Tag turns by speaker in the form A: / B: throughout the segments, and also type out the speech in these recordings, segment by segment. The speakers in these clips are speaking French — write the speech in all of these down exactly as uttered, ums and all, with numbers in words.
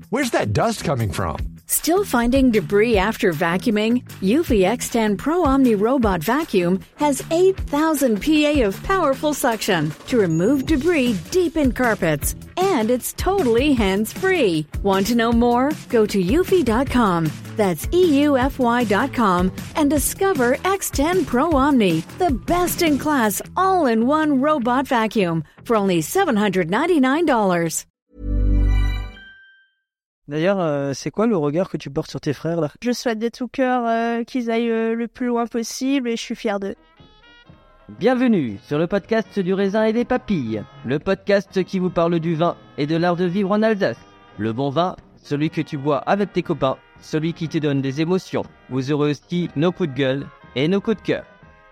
A: Where's that dust coming from?
B: Still finding debris after vacuuming? Eufy X ten Pro Omni Robot Vacuum has eight thousand P A of powerful suction to remove debris deep in carpets. And it's totally hands-free. Want to know more? Go to eufy dot com. That's E U F Y dot com and discover X ten Pro Omni, the best-in-class all-in-one robot vacuum for only seven hundred ninety-nine dollars.
C: D'ailleurs, euh, c'est quoi le regard que tu portes sur tes frères là?
D: Je souhaite de tout cœur euh, qu'ils aillent euh, le plus loin possible et je suis fière d'eux.
E: Bienvenue sur le podcast du raisin et des papilles, le podcast qui vous parle du vin et de l'art de vivre en Alsace. Le bon vin, celui que tu bois avec tes copains, celui qui te donne des émotions. Vous aurez aussi nos coups de gueule et nos coups de cœur.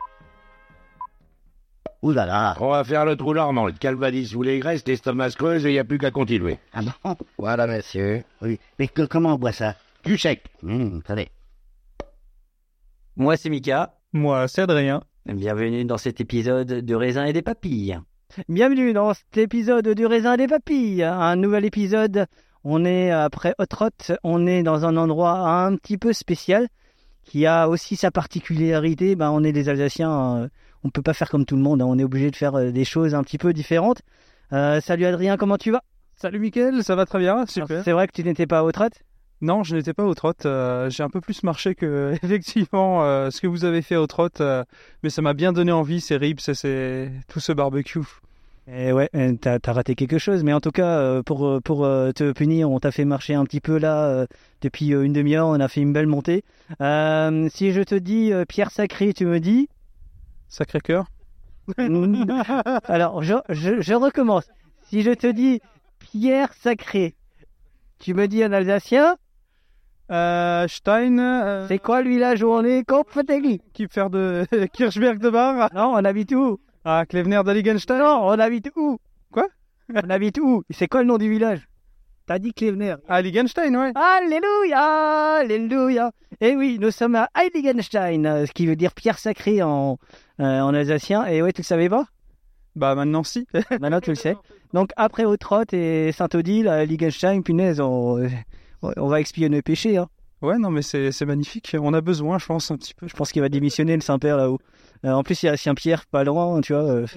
F: Ouh là là. On va faire le trou normand, le calvadis sous les graisses, l'estomac se creuse et il n'y a plus qu'à continuer.
G: Ah bon? Voilà, monsieur. Oui. Mais que, comment on boit ça?
F: Du sec.
G: Hum, attendez.
E: Moi c'est Mika.
C: Moi, c'est Adrien.
E: Bienvenue dans cet épisode du raisin et des papilles.
C: Bienvenue dans cet épisode du raisin et des papilles. Un nouvel épisode. On est après Hot Rot. On est dans un endroit un petit peu spécial qui a aussi sa particularité. Ben, on est des Alsaciens. Euh, on peut pas faire comme tout le monde. Hein. On est obligé de faire euh, des choses un petit peu différentes. Euh, salut Adrien, comment tu vas?
H: Salut Mickaël, ça va très bien, super.
C: Alors, c'est vrai que tu n'étais pas au trot?
H: Non, je n'étais pas au trot. Euh, j'ai un peu plus marché que effectivement euh, ce que vous avez fait au trot, euh, mais ça m'a bien donné envie, ces ribs, c'est, c'est tout ce barbecue.
C: Et ouais, t'as, t'as raté quelque chose, mais en tout cas, euh, pour, pour euh, te punir, on t'a fait marcher un petit peu là, euh, depuis euh, une demi-heure, on a fait une belle montée. Euh, si je te dis euh, pierre sacrée, tu me dis?
H: Sacré-Cœur.
C: Alors, je, je, je recommence. Si je te dis pierre sacrée, tu me dis en alsacien?
H: Euh, Stein. Euh...
C: C'est quoi le village où on est? Kopfentegel.
H: Kipfer de Kirchberg de Bar.
C: Non, on habite où?
H: Ah, Klevener d'Alligenstein.
C: Non, on habite où?
H: Quoi?
C: On habite où? C'est quoi le nom du village? T'as dit Klevener.
H: Heiligenstein, ouais.
C: Alléluia, alléluia. Et oui, nous sommes à Heiligenstein, ce qui veut dire pierre sacrée en, euh, en alsacien. Et ouais, tu le savais pas?
H: Bah maintenant si.
C: Maintenant tu le sais. Donc après Hot-Rot et Saint-Odile, à Heiligenstein, punaise, on, on va expier nos péchés. Hein.
H: Ouais, non mais c'est, c'est magnifique. On a besoin, je pense, un petit peu.
C: Je pense qu'il va démissionner le Saint-Père là-haut. Euh, en plus, il y a Saint-Pierre pas loin, tu vois. Euh...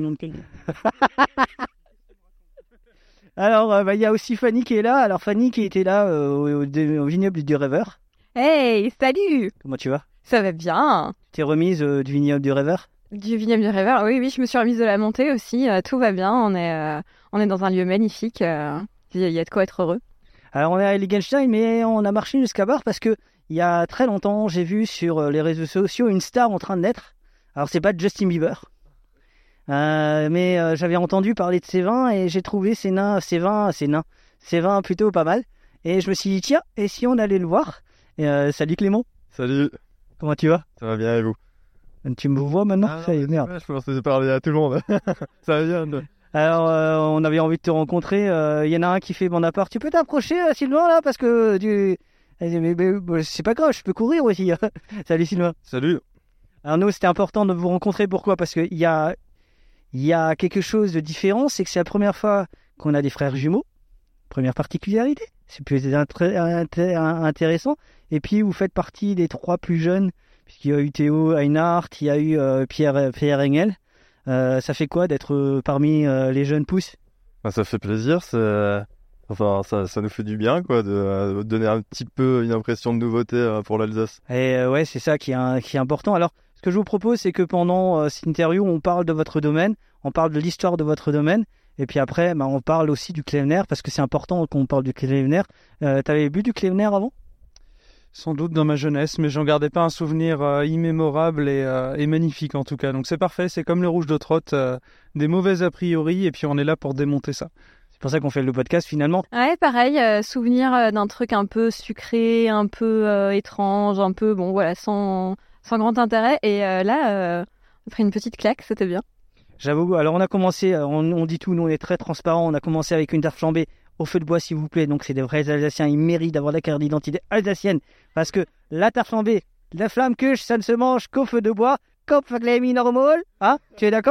C: Alors, euh, bah, il y a aussi Fanny qui est là. Alors, Fanny qui était là euh, au, au, au vignoble du Rêveur.
D: Hey, salut!
C: Comment tu vas?
D: Ça va bien.
C: T'es remise euh, du vignoble du Rêveur?
D: Du vignoble du Rêveur, oui, oui, je me suis remise de la montée aussi. Euh, tout va bien, on est, euh, on est dans un lieu magnifique. Euh, il y a de quoi être heureux.
C: Alors, on est à Heiligenstein, mais on a marché jusqu'à Bar parce que il y a très longtemps, j'ai vu sur les réseaux sociaux une star en train de naître. Alors, c'est pas Justin Bieber. Euh, mais euh, j'avais entendu parler de ces vins et j'ai trouvé ces, nains, ces vins, ces nains, ces vins plutôt pas mal. Et je me suis dit, tiens, et si on allait le voir? et, euh, Salut Clément.
I: Salut.
C: Comment tu vas?
I: Ça va bien et vous?
C: Tu me vois maintenant?
I: Ah,
C: Ça y est, merde.
I: Ouais, je pensais parler à tout le monde. Ça va bien. Toi.
C: Alors, euh, on avait envie de te rencontrer. Il euh, y en a un qui fait mon appart. Tu peux t'approcher, euh, Sylvain, là? Parce que tu... Mais, mais, mais, c'est pas grave, je peux courir aussi. Salut Sylvain.
I: Salut.
C: Alors nous, c'était important de vous rencontrer. Pourquoi? Parce qu'il y a... Il y a quelque chose de différent, c'est que c'est la première fois qu'on a des frères jumeaux. Première particularité, c'est plus intéressant. Et puis, vous faites partie des trois plus jeunes, puisqu'il y a eu Théo Einhardt, il y a eu euh, Pierre, Pierre Engel. Euh, ça fait quoi d'être euh, parmi euh, les jeunes pousses?
I: Bah, ça fait plaisir, c'est... Enfin, ça, ça nous fait du bien, quoi, de euh, donner un petit peu une impression de nouveauté euh, pour l'Alsace.
C: Et euh, ouais, c'est ça qui est, qui est important. Alors, ce que je vous propose, c'est que pendant euh, cette interview, on parle de votre domaine, on parle de l'histoire de votre domaine, et puis après, bah, on parle aussi du Klevener, parce que c'est important qu'on parle du Klevener. Euh, T'avais bu du Klevener avant?
H: Sans doute dans ma jeunesse, mais j'en gardais pas un souvenir euh, immémorable et, euh, et magnifique en tout cas. Donc c'est parfait, c'est comme le rouge de Trott, euh, des mauvais a priori, et puis on est là pour démonter ça.
C: C'est pour ça qu'on fait le podcast finalement.
D: Ouais, pareil, euh, souvenir euh, d'un truc un peu sucré, un peu euh, étrange, un peu, bon voilà, sans... sans grand intérêt, et euh, là, euh, on a pris une petite claque, c'était bien.
C: J'avoue, alors on a commencé, on, on dit tout, nous on est très transparent, on a commencé avec une tarte flambée au feu de bois s'il vous plaît, donc c'est des vrais Alsaciens, ils méritent d'avoir la carte d'identité alsacienne, parce que la tarte flambée, la flamme que ça ne se mange qu'au feu de bois, comme les normal, hein? Tu es d'accord ou pas?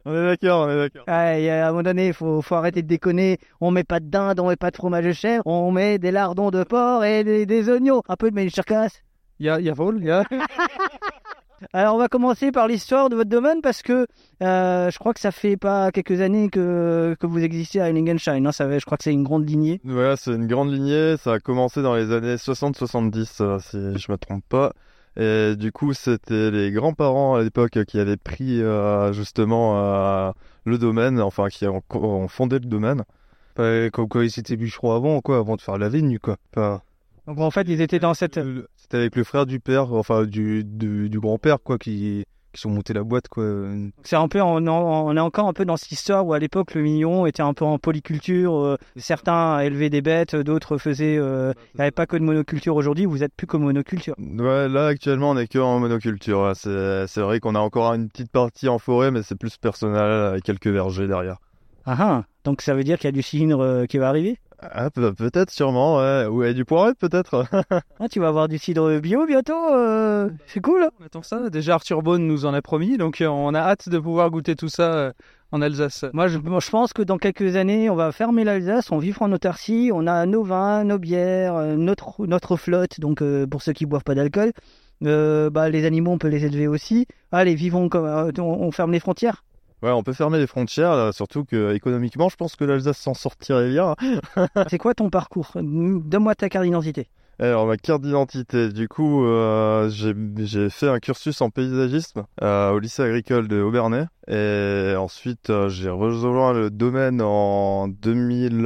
I: On est d'accord, on est d'accord.
C: Ah, et à un moment donné, il faut, faut arrêter de déconner. On met pas de dinde, on met pas de fromage de chèvre, on met des lardons de porc et des, des oignons. Un peu de maïs-charcasse.
H: Il y a, il y a vol, il y a...
C: Alors, on va commencer par l'histoire de votre domaine parce que euh, je crois que ça fait pas quelques années que, que vous existez à Heiligenschein. Hein, ça, je crois que c'est une grande lignée.
I: Voilà, c'est une grande lignée. Ça a commencé dans les années soixante soixante-dix, euh, si je me trompe pas. Et du coup, c'était les grands-parents à l'époque qui avaient pris euh, justement euh, le domaine, enfin qui ont, ont fondé le domaine.
H: Bah, comme quoi ils étaient bûcherons avant, quoi, avant de faire la vigne, quoi. Enfin,
C: Donc, en fait, ils étaient dans cette.
H: euh, c'était avec le frère du père, enfin du, du, du grand-père, quoi, qui, qui sont montés la boîte, quoi.
C: C'est un peu, on, on est encore un peu dans cette histoire où à l'époque le mignon était un peu en polyculture. Euh, certains élevaient des bêtes, d'autres faisaient. Euh, il n'y avait pas que de monoculture aujourd'hui. Vous êtes plus que monoculture.
I: Ouais, là actuellement on est que en monoculture. Ouais. C'est, c'est vrai qu'on a encore une petite partie en forêt, mais c'est plus personnel avec quelques vergers derrière.
C: Ah ah. Donc ça veut dire qu'il y a du cylindre euh, qui va arriver.
I: Ah, pe- peut-être, sûrement, ouais. Ou et du poiret, peut-être.
C: Ah, tu vas avoir du cidre bio bientôt. Euh, c'est cool.
H: On attend ça. Déjà Arthur Beaune nous en a promis, donc euh, on a hâte de pouvoir goûter tout ça euh, en Alsace.
C: Moi, je, moi, je pense que dans quelques années, on va fermer l'Alsace, on vivra en autarcie, on a nos vins, nos bières, euh, notre, notre flotte, donc euh, pour ceux qui boivent pas d'alcool. Euh, bah, les animaux, on peut les élever aussi. Allez, vivons comme euh, on, on ferme les frontières.
I: Ouais, on peut fermer les frontières, là, surtout que économiquement, je pense que l'Alsace s'en sortirait bien.
C: C'est quoi ton parcours? Donne-moi ta carte d'identité.
I: Alors, ma carte d'identité, du coup, euh, j'ai, j'ai fait un cursus en paysagisme euh, au lycée agricole de Aubernais. Et ensuite, euh, j'ai rejoint le domaine en deux mille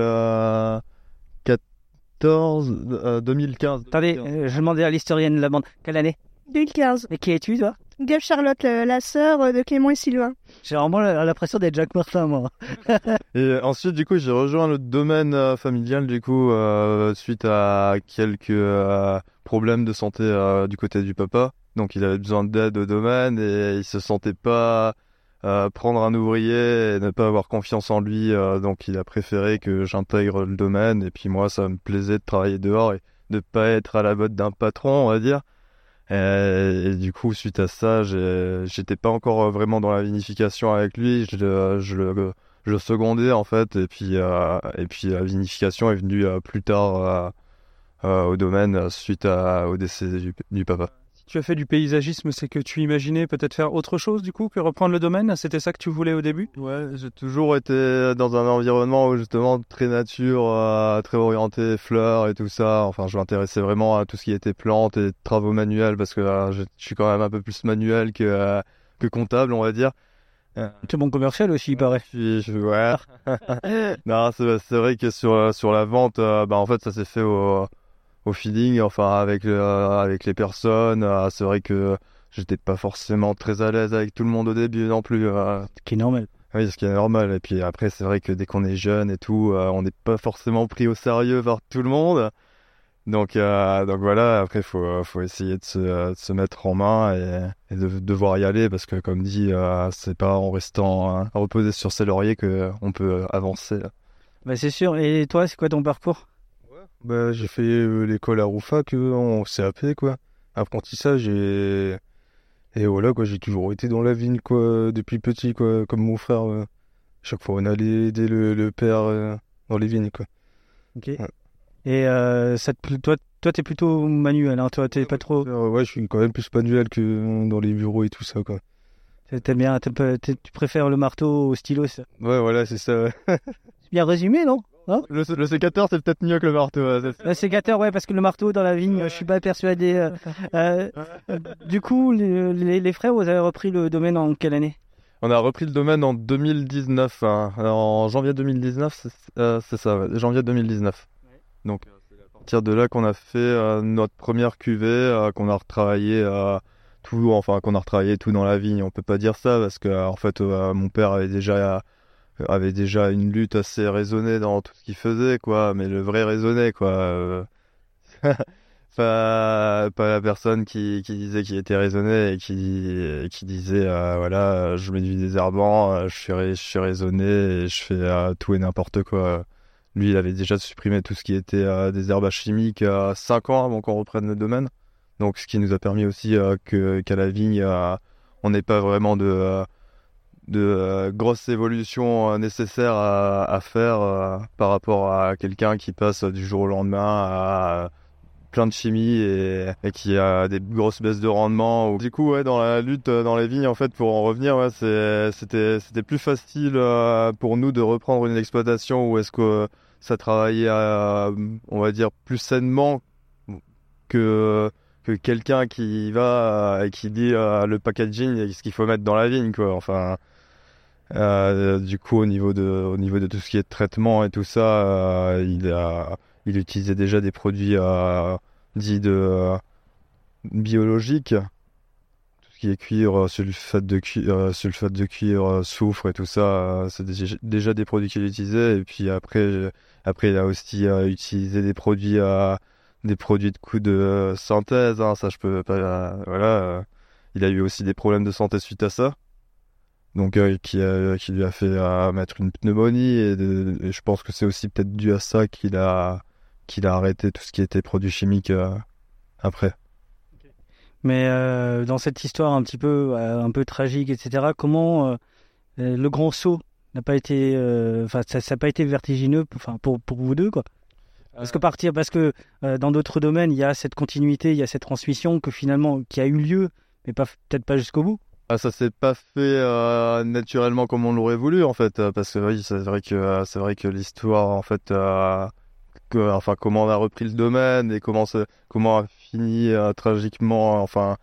I: quatorze, euh, deux mille quinze.
C: Attendez, euh, je demandais à l'historienne de la bande. Quelle année?
A: deux mille quinze.
C: Mais qui es-tu, toi?
A: Gave Charlotte, le- la sœur de Clément et Sylvain.
C: J'ai vraiment la- l'impression d'être Jacques Martin, moi.
I: Et ensuite, du coup, j'ai rejoint le domaine euh, familial, du coup, euh, suite à quelques euh, problèmes de santé euh, du côté du papa. Donc, il avait besoin d'aide au domaine et il se sentait pas euh, prendre un ouvrier et ne pas avoir confiance en lui. euh, donc, il a préféré que j'intègre le domaine. Et puis, moi, ça me plaisait de travailler dehors et de pas être à la botte d'un patron, on va dire. Et, et du coup, suite à ça, j'ai- j'étais pas encore vraiment dans la vinification avec lui. Je, le- je le je le secondais en fait, et puis euh, et puis la vinification est venue euh, plus tard euh, euh, au domaine euh, suite à, au décès du, du papa.
H: Si tu as fait du paysagisme, c'est que tu imaginais peut-être faire autre chose du coup que reprendre le domaine. C'était ça que tu voulais au début?
I: Ouais, j'ai toujours été dans un environnement où justement très nature, euh, très orienté fleurs et tout ça. Enfin, je m'intéressais vraiment à tout ce qui était plantes et travaux manuels parce que euh, je, je suis quand même un peu plus manuel que euh, que comptable, on va dire.
C: C'est bon commercial aussi, il paraît.
I: Je, je- ouais. Non, c'est, c'est vrai que sur, euh, sur la vente, euh, bah, en fait, ça s'est fait au, au feeling, enfin, avec, euh, avec les personnes. Euh, c'est vrai que j'étais pas forcément très à l'aise avec tout le monde au début non plus. euh.
C: Ce qui est normal.
I: Oui, ce qui est normal. Et puis après, c'est vrai que dès qu'on est jeune et tout, euh, on n'est pas forcément pris au sérieux par tout le monde. Donc, euh, donc voilà, après, il faut, faut essayer de se, de se mettre en main et, et de devoir y aller parce que, comme dit, euh, c'est pas en restant hein, reposé sur ses lauriers qu'on peut avancer.
C: Bah, c'est sûr. Et toi, c'est quoi ton parcours?
H: Bah, j'ai fait euh, l'école à Roufac euh, en C A P, quoi. Apprentissage et... Et voilà, quoi, j'ai toujours été dans la vigne, quoi, depuis petit, quoi, comme mon frère. euh. Chaque fois, on allait aider le, le père euh, dans les vignes, quoi.
C: Ok.
H: Ouais.
C: Et euh, ça te, pla- toi, toi, t'es plutôt manuel, hein. Toi, t'es pas trop.
H: Euh, ouais, je suis quand même plus manuel que euh, dans les bureaux et tout ça, quoi.
C: T'aimes bien, t'aimes pas- t'es- tu préfères le marteau au stylo, ça.
H: Ouais, voilà, c'est ça, ouais.
C: C'est bien résumé, non?
I: Le, le sécateur, c'est peut-être mieux que le marteau. ouais, c'est-
C: Le sécateur, ouais, parce que le marteau dans la vigne, je suis pas persuadé. euh, euh, euh, du coup, les, les- les frères, vous avez repris le domaine en quelle année?
I: On a repris le domaine en deux mille dix-neuf, hein. En janvier deux mille dix-neuf, c'est, euh, c'est ça, ouais, janvier deux mille dix-neuf. Donc, euh, c'est à partir de là qu'on a fait euh, notre première cuvée, euh, qu'on a retravaillé euh, tout, enfin qu'on a retravaillé tout dans la vigne. On peut pas dire ça parce que euh, en fait, euh, mon père avait déjà avait déjà une lutte assez raisonnée dans tout ce qu'il faisait, quoi. Mais le vrai raisonné, quoi. euh, Pas, pas la personne qui, qui disait qu'il était raisonné et qui, et qui disait euh, voilà, je mets du désherbant, euh, je suis, rai- je suis raisonné et je fais euh, tout et n'importe quoi. Lui, il avait déjà supprimé tout ce qui était euh, des herbes chimiques à cinq ans avant qu'on reprenne le domaine. Donc, ce qui nous a permis aussi euh, que, qu'à la vigne, euh, on n'ait pas vraiment de, euh, de euh, grosses évolutions euh, nécessaires à, à faire euh, par rapport à quelqu'un qui passe du jour au lendemain à plein de chimie et, et qui a des grosses baisses de rendement. Du coup, ouais, dans la lutte euh, dans les vignes, en fait, pour en revenir, ouais, c'est, c'était, c'était plus facile euh, pour nous de reprendre une exploitation où est-ce que ça travaillait, euh, on va dire, plus sainement que que quelqu'un qui va et qui dit euh, le packaging et ce qu'il faut mettre dans la vigne, quoi. Enfin, euh, du coup, au niveau de au niveau de tout ce qui est traitement et tout ça, euh, il a il utilisait déjà des produits euh, dits de euh, biologiques, tout ce qui est cuivre, sulfate de cuivre, euh, sulfate de cuivre, soufre et tout ça, euh, c'est déjà, déjà des produits qu'il utilisait. Et puis après, après il a aussi euh, utilisé des produits à des produits de coups de euh, synthèse, hein, ça je peux pas, euh, voilà. Euh, il a eu aussi des problèmes de santé suite à ça, donc euh, qui, a, qui lui a fait euh, mettre une pneumonie et, de, et je pense que c'est aussi peut-être dû à ça qu'il a qu'il a arrêté tout ce qui était produits chimiques euh, après.
C: Mais euh, dans cette histoire un petit peu euh, un peu tragique, et cetera, comment euh, le grand saut n'a pas été, enfin euh, ça n'a pas été vertigineux, enfin pour pour vous deux, quoi. Parce que partir, parce que euh, dans d'autres domaines, il y a cette continuité, il y a cette transmission que finalement qui a eu lieu, mais pas peut-être pas jusqu'au bout.
I: Ah, ça s'est pas fait euh, naturellement comme on l'aurait voulu, en fait, euh, parce que oui, c'est vrai que euh, c'est vrai que l'histoire, en fait, euh, que, enfin comment on a repris le domaine et comment c'est, comment a fini euh, tragiquement, enfin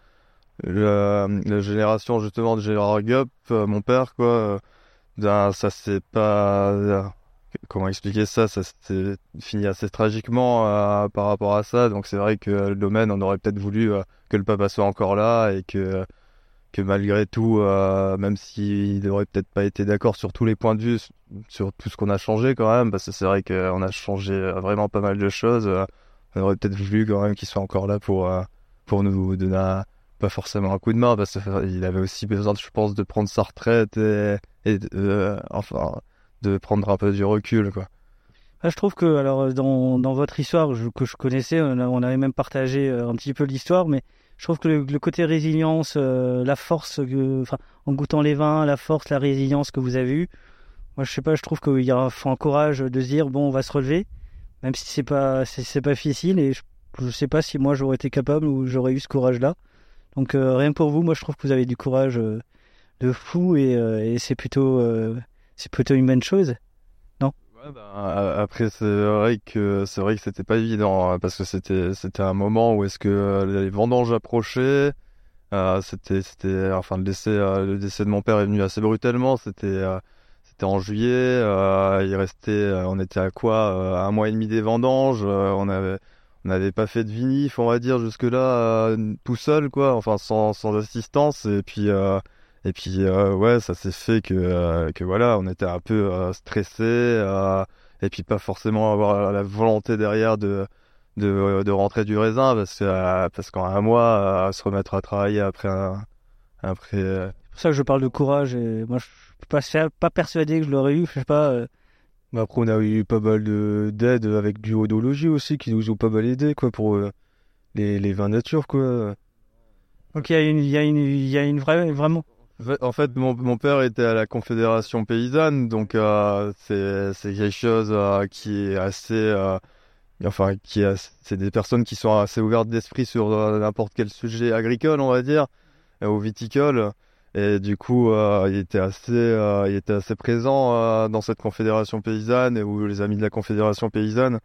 I: le, la génération justement de Gérard Gup, euh, mon père, quoi, euh, ben, ça c'est pas euh, comment expliquer ça, ça s'est fini assez tragiquement euh, par rapport à ça. Donc c'est vrai que le domaine, on aurait peut-être voulu euh, que le papa soit encore là et que que malgré tout, euh, même s'il n'aurait peut-être pas été d'accord sur tous les points de vue, sur tout ce qu'on a changé quand même, parce que c'est vrai qu'on a changé vraiment pas mal de choses, euh, on aurait peut-être voulu quand même qu'il soit encore là pour, euh, pour nous donner un, pas forcément un coup de main, parce qu'il avait aussi besoin, je pense, de prendre sa retraite et, et euh, enfin, de prendre un peu du recul, quoi.
C: Ah, je trouve que, alors, dans, dans votre histoire je, que je connaissais, on, a, on avait même partagé euh, un petit peu l'histoire, mais je trouve que le, le côté résilience, euh, la force, enfin, en goûtant les vins, la force, la résilience que vous avez eue, moi, je sais pas, je trouve qu'il y a faut un courage de se dire, bon, on va se relever, même si c'est pas, c'est, c'est pas difficile, et je, je sais pas si moi j'aurais été capable ou j'aurais eu ce courage-là. Donc, euh, rien pour vous, moi, je trouve que vous avez du courage euh, de fou, et, euh, et c'est plutôt, euh, c'est plutôt une bonne chose.
I: Ouais, bah, après c'est vrai que c'est vrai que c'était pas évident, hein, parce que c'était c'était un moment où est-ce que euh, les vendanges approchaient, euh, c'était c'était enfin le décès euh, le décès de mon père est venu assez brutalement, c'était euh, c'était en juillet, euh, il restait euh, on était à quoi euh, un mois et demi des vendanges, euh, on avait on n'avait pas fait de vinif, on va dire jusque là euh, tout seul, quoi, enfin sans sans assistance, et puis euh, Et puis euh, ouais, ça s'est fait que euh, que voilà, on était un peu euh, stressé euh, et puis pas forcément avoir la volonté derrière de de, de rentrer du raisin, parce que euh, parce qu'en un mois euh, se remettre à travailler après un, après euh...
C: C'est pour ça que je parle de courage, et moi je suis pas pas persuadé que je l'aurais eu, je sais pas. Euh...
H: Mais après on a eu pas mal de d'aide avec du Odologie aussi qui nous ont pas mal aidé, quoi, pour euh, les les vins nature, quoi.
C: Donc il y a une il y a une il y a une vraie vraiment.
I: En fait, mon, mon père était à la Confédération paysanne, donc euh, c'est c'est quelque chose euh, qui est assez, euh, enfin, qui est, c'est des personnes qui sont assez ouvertes d'esprit sur euh, n'importe quel sujet agricole, on va dire, euh, ou viticole. Et du coup, euh, il était assez, euh, il était assez présent euh, dans cette Confédération paysanne, et ou les amis de la Confédération paysanne.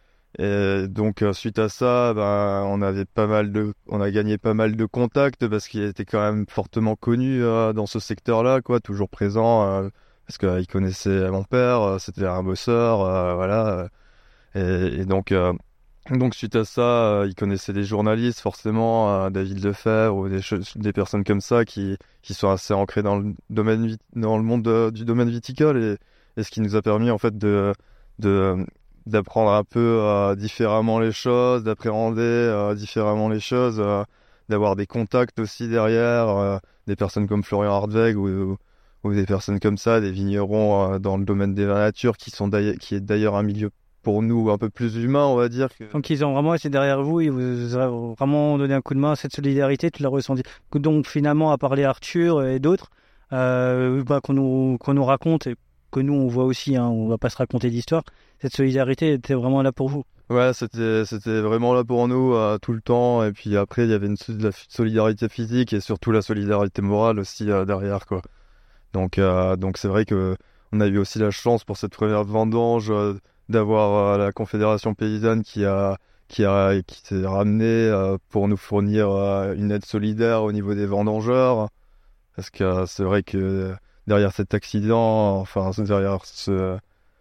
I: Et donc euh, suite à ça, ben on avait pas mal de, on a gagné pas mal de contacts, parce qu'il était quand même fortement connu euh, dans ce secteur-là, quoi, toujours présent, euh, parce qu'il euh, connaissait mon père, euh, c'était un bosseur, euh, voilà. Et, et donc euh, donc suite à ça, euh, il connaissait des journalistes forcément, euh, David Lefebvre ou des choses, des personnes comme ça qui qui sont assez ancrées dans le domaine vit- dans le monde de, du domaine viticole, et, et ce qui nous a permis en fait de de d'apprendre un peu euh, différemment les choses, d'appréhender euh, différemment les choses, euh, d'avoir des contacts aussi derrière, euh, des personnes comme Florian Hardweg ou, ou, ou des personnes comme ça, des vignerons euh, dans le domaine des vins nature, qui sont d'ailleurs, qui est d'ailleurs un milieu pour nous un peu plus humain, on va dire. Que...
C: Donc ils ont vraiment été derrière vous, et vous avez vraiment donné un coup de main à cette solidarité, tu l'as ressenti. Donc finalement, à parler Arthur et d'autres, euh, bah, qu'on nous, qu'on nous raconte et que nous on voit aussi, hein, on va pas se raconter d'histoire. Cette solidarité était vraiment là pour vous.
I: Ouais, c'était c'était vraiment là pour nous euh, tout le temps. Et puis après, il y avait une de la solidarité physique et surtout la solidarité morale aussi euh, derrière, quoi. Donc euh, donc c'est vrai que on a eu aussi la chance pour cette première vendange euh, d'avoir euh, la Confédération paysanne qui a qui a qui s'est ramenée euh, pour nous fournir euh, une aide solidaire au niveau des vendangeurs. Parce que euh, c'est vrai que derrière cet accident, enfin derrière ce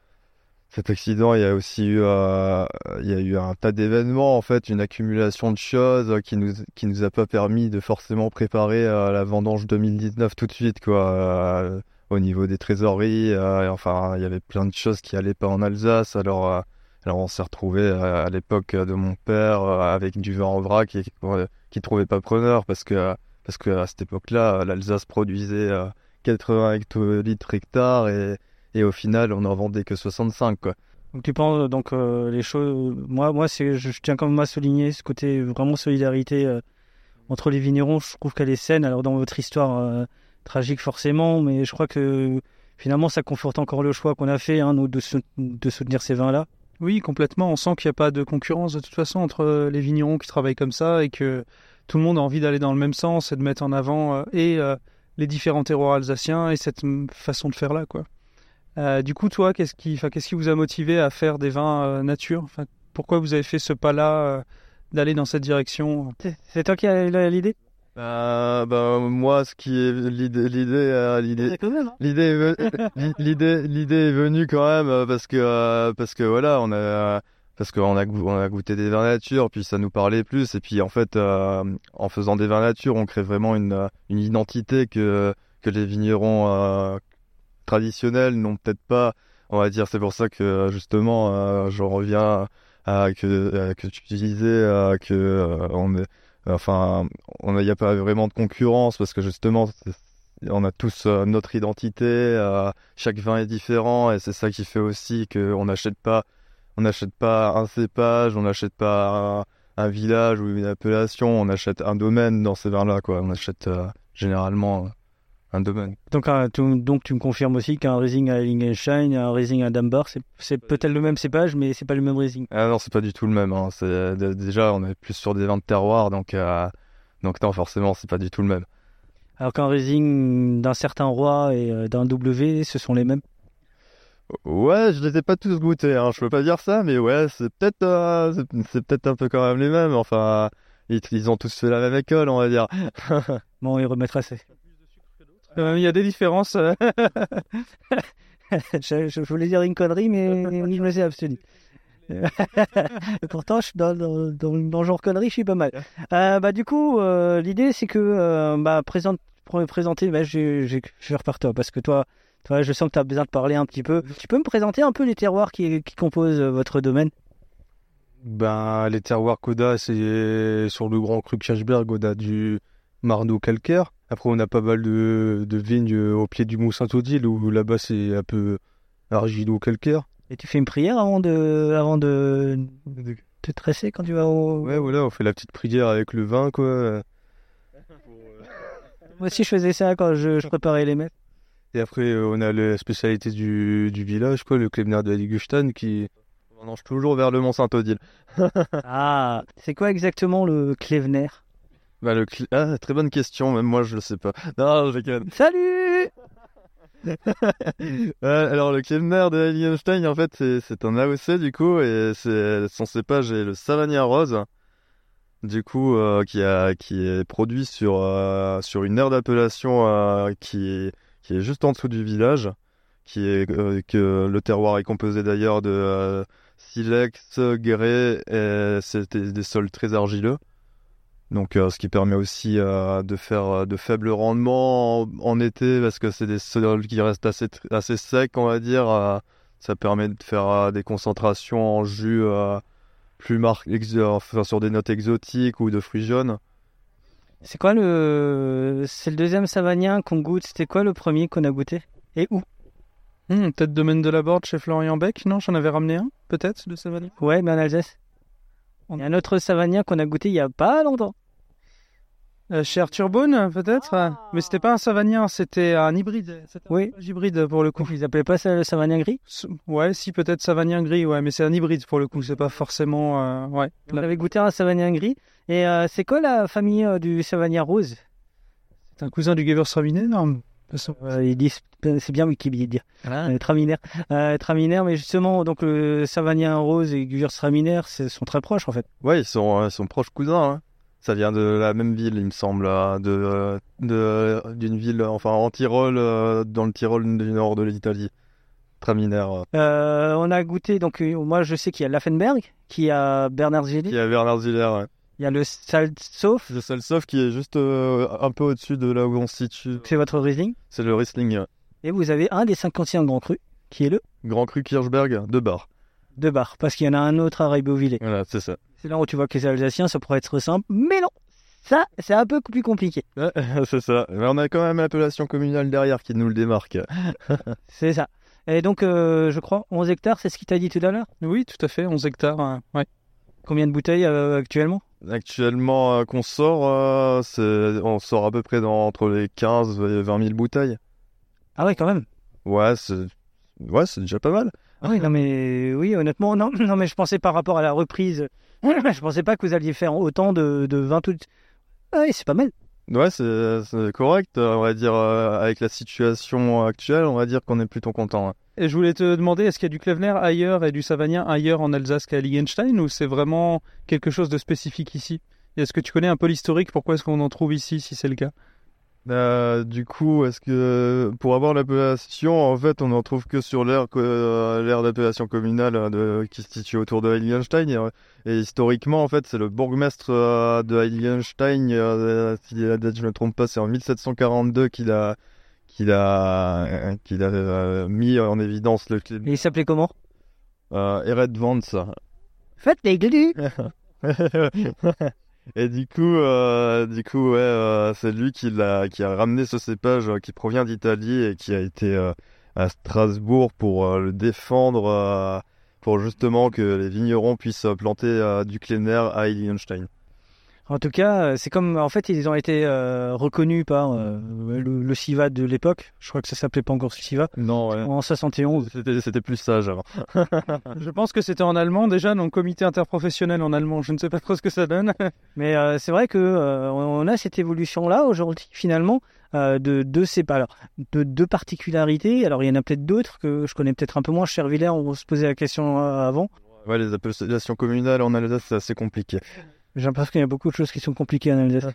I: Cet accident, il y a aussi eu, euh, il y a eu un tas d'événements, en fait, une accumulation de choses qui nous, qui nous a pas permis de forcément préparer euh, la vendange deux mille dix-neuf tout de suite, quoi. Euh, au niveau des trésoreries, euh, et enfin, il y avait plein de choses qui allaient pas en Alsace. Alors, euh, alors on s'est retrouvé à, à l'époque de mon père euh, avec du vin en vrac et, euh, qui trouvait pas preneur parce que, parce que à cette époque-là, l'Alsace produisait euh, quatre-vingts hectolitres hectares et Et au final, on n'en vendait que soixante-cinq, quoi.
C: Donc tu penses donc euh, les choses. Moi, moi, c'est, je, je tiens quand même à souligner ce côté vraiment solidarité euh, entre les vignerons. Je trouve qu'elle est saine. Alors dans votre histoire euh, tragique forcément, mais je crois que finalement ça conforte encore le choix qu'on a fait, hein, nous, de, sou- de soutenir ces vins-là.
J: Oui, complètement. On sent qu'il n'y a pas de concurrence de toute façon entre les vignerons qui travaillent comme ça et que tout le monde a envie d'aller dans le même sens et de mettre en avant euh, et euh, les différents terroirs alsaciens et cette m- façon de faire là, quoi. Euh, du coup, toi, qu'est-ce qui, enfin, qu'est-ce qui vous a motivé à faire des vins euh, nature? Enfin, pourquoi vous avez fait ce pas-là euh, d'aller dans cette direction?
C: C'est, c'est toi qui as eu l'idée?
I: Bah, bah, moi, ce qui est l'idée, l'idée, euh, l'idée,
C: Quand même, hein.
I: l'idée, est ve- l'idée, l'idée est venue quand même euh, parce que, euh, parce que voilà, on a, parce qu'on a, gou- on a goûté des vins nature, puis ça nous parlait plus, et puis en fait, euh, en faisant des vins nature, on crée vraiment une, euh, une identité que, que les vignerons euh, traditionnels n'ont peut-être pas, on va dire. C'est pour ça que justement, euh, j'en reviens à que, à que tu disais euh, que euh, on est, enfin, on il n'y a pas vraiment de concurrence parce que justement, c'est- on a tous euh, notre identité. Euh, chaque vin est différent et c'est ça qui fait aussi qu'on n'achète pas, on n'achète pas un cépage, on n'achète pas un, un village ou une appellation, on achète un domaine dans ces vins-là, quoi. On achète euh, généralement un domaine.
C: Donc, euh, tu, donc tu me confirmes aussi qu'un Riesling à Heiligenstein et un Riesling à Dambar, c'est, c'est peut-être le même cépage, mais c'est pas le même Riesling.
I: Ah non, c'est pas du tout le même, hein. C'est, d- déjà, on est plus sur des vins de terroir, donc, euh, donc non, forcément, c'est pas du tout le même.
C: Alors qu'un Riesling d'un certain roi et euh, d'un W, ce sont les mêmes.
I: Ouais, je les ai pas tous goûtés, hein. Je peux pas dire ça, mais ouais, c'est peut-être, euh, c'est, c'est peut-être un peu quand même les mêmes. Enfin, ils, ils ont tous fait la même école, on va dire.
C: Bon, on y remettra c'est.
J: Euh, Il y a des différences. euh.
C: je, je voulais dire une connerie, mais je me suis abstenu. Pourtant, je suis dans, dans, dans, dans le genre connerie, je suis pas mal. Euh, bah, du coup, euh, l'idée, c'est que euh, bah, présente, pour me présenter, bah, je, je, je vais repartir toi, parce que toi, toi, je sens que tu as besoin de parler un petit peu. Tu peux me présenter un peu les terroirs qui, qui composent euh, votre domaine?
H: Ben, les terroirs qu'Oda, c'est sur le Grand Cru Kirchberg, on a du marneau calcaire. Après, on a pas mal de, de vignes au pied du Mont Saint-Odile, où là-bas, c'est un peu argilo-calcaire.
C: Et tu fais une prière avant de, avant de te tresser quand tu vas au...
H: Ouais, voilà, on fait la petite prière avec le vin, quoi.
C: Moi aussi, je faisais ça quand je, je préparais les mets.
H: Et après, euh, on a la spécialité du, du village, quoi, le Klebner de Heiligenstein, qui...
I: On mange toujours vers le Mont Saint-Odile.
C: Ah, c'est quoi exactement le Klebner?
I: Bah, le cl- ah, très bonne question, même moi, je le sais pas. Non, je déconne.
C: Salut!
I: Ouais, alors le Klebner de Heiligenstein, en fait, c'est, c'est un A O C du coup, et c'est, son cépage est le Savagnin rose, du coup, euh, qui, a, qui est produit sur, euh, sur une aire d'appellation euh, qui, est, qui est juste en dessous du village, qui est, euh, que le terroir est composé d'ailleurs de euh, silex, grès, et c'est des, des sols très argileux. Donc, euh, ce qui permet aussi euh, de faire euh, de faibles rendements en, en été, parce que c'est des sols qui restent assez, tr- assez secs, on va dire. Euh, ça permet de faire euh, des concentrations en jus euh, plus marquées, enfin, sur des notes exotiques ou de fruits jaunes.
C: C'est quoi le... C'est le deuxième Savagnin qu'on goûte. C'était quoi le premier qu'on a goûté? Et où?
J: Hmm, peut-être Domaine de la Borde chez Florian Beck, non? J'en avais ramené un, peut-être, de Savagnin.
C: Ouais, mais en Alsace. Il y a un autre Savagnin qu'on a goûté il y a pas longtemps.
J: Euh, chez Arthur Bone, peut-être.
C: Ah.
J: Mais c'était pas un Savagnin, c'était un hybride. C'était un
C: Oui.
J: hybride pour le coup.
C: Ils appelaient pas ça le Savagnin gris?
J: S- Ouais, si, peut-être Savagnin gris, ouais, mais c'est un hybride pour le coup, c'est pas forcément. Euh, ouais.
C: Vous avez goûté un Savagnin gris. Et euh, c'est quoi la famille euh, du Savagnin rose?
J: C'est un cousin du Gewürztraminer, non?
C: Euh, Ils disent, c'est bien Wikipédia. Euh, Traminer. Euh, Traminer, mais justement, donc le Savagnin rose et Gewürztraminer c'est- sont très proches en fait.
I: Ouais, ils sont, ils sont proches cousins. Hein. Ça vient de la même ville, il me semble, euh, de, de, d'une ville, enfin en Tyrol, euh, dans le Tyrol du nord de l'Italie. Traminer. euh,
C: Euh, on a goûté, donc euh, moi je sais qu'il y a Laffenberg, qu'il y a Bernard Zilli,
I: Qui a Bernard Ziller, ouais.
C: il y a le Salzhof,
I: Le seul sauf qui est juste euh, un peu au-dessus de là où on se situe.
C: c'est votre Riesling.
I: C'est le Riesling. ouais.
C: Et vous avez un des cinquantième Grand Cru, qui est le
I: Grand Cru Kirchberg, deux bars.
C: de Bar, parce qu'il y en a un autre à Raibeauvillé.
I: Voilà, c'est ça.
C: C'est là où tu vois que les Alsaciens, ça pourrait être simple, mais non, ça c'est un peu plus compliqué.
I: Ouais, c'est ça. Mais on a quand même l'appellation communale derrière qui nous le démarque.
C: C'est ça. Et donc, euh, je crois, onze hectares, c'est ce qu'il t'a dit tout à l'heure.
J: Oui, tout à fait, onze hectares. euh, ouais.
C: Combien de bouteilles euh, actuellement?
I: Actuellement, euh, qu'on sort, euh, c'est... on sort à peu près dans, entre les quinze et vingt mille bouteilles.
C: Ah ouais, quand même.
I: Ouais, c'est, ouais, c'est déjà pas mal.
C: Ah oui, non mais oui, honnêtement, non, non mais je pensais par rapport à la reprise, je pensais pas que vous alliez faire autant de, de vingt ou... Ah oui, c'est pas mal.
I: Ouais, c'est, c'est correct. euh, On va dire, euh, avec la situation actuelle, on va dire qu'on est plutôt content. hein.
J: Et je voulais te demander, est-ce qu'il y a du Klevner ailleurs et du Savagnin ailleurs en Alsace qu'à Liechtenstein, ou c'est vraiment quelque chose de spécifique ici? Et est-ce que tu connais un peu l'historique, pourquoi est-ce qu'on en trouve ici, si c'est le cas?
I: Euh, du coup, est-ce que pour avoir l'appellation, en fait, on n'en trouve que sur l'aire, que- euh, l'aire d'appellation communale euh, de, qui se situe autour de Heiligenstein. Et, euh, et historiquement, en fait, c'est le bourgmestre euh, de Heiligenstein, euh, si la date je ne me trompe pas, c'est en mille sept cent quarante-deux qu'il a, qu'il a, euh, qu'il a euh, mis en évidence le clé.
C: Et il s'appelait comment?
I: Euh, Eret Vance.
C: Faites les glues.
I: Et du coup, euh, du coup, ouais, euh, c'est lui qui l'a, qui a ramené ce cépage euh, qui provient d'Italie et qui a été euh, à Strasbourg pour euh, le défendre, euh, pour justement que les vignerons puissent euh, planter euh, du Kleiner à Heiligenstein.
C: En tout cas, euh, c'est comme, en fait, ils ont été euh, reconnus par euh, le, le SIVA de l'époque. Je crois que ça s'appelait pas encore SIVA.
I: Non, ouais.
C: En soixante et onze.
I: C'était, c'était plus sage avant.
J: Je pense que c'était en allemand déjà, donc comité interprofessionnel en allemand, je ne sais pas trop ce que ça donne.
C: Mais euh, c'est vrai que euh, on a cette évolution-là aujourd'hui, finalement, euh, de deux c'est alors de deux particularités. Alors il y en a peut-être d'autres que je connais peut-être un peu moins. Chervillers, on se posait la question euh, avant.
I: Ouais, les appellations communales en Alsace, c'est assez compliqué.
C: J'ai l'impression qu'il y a beaucoup de choses qui sont compliquées en Alsace.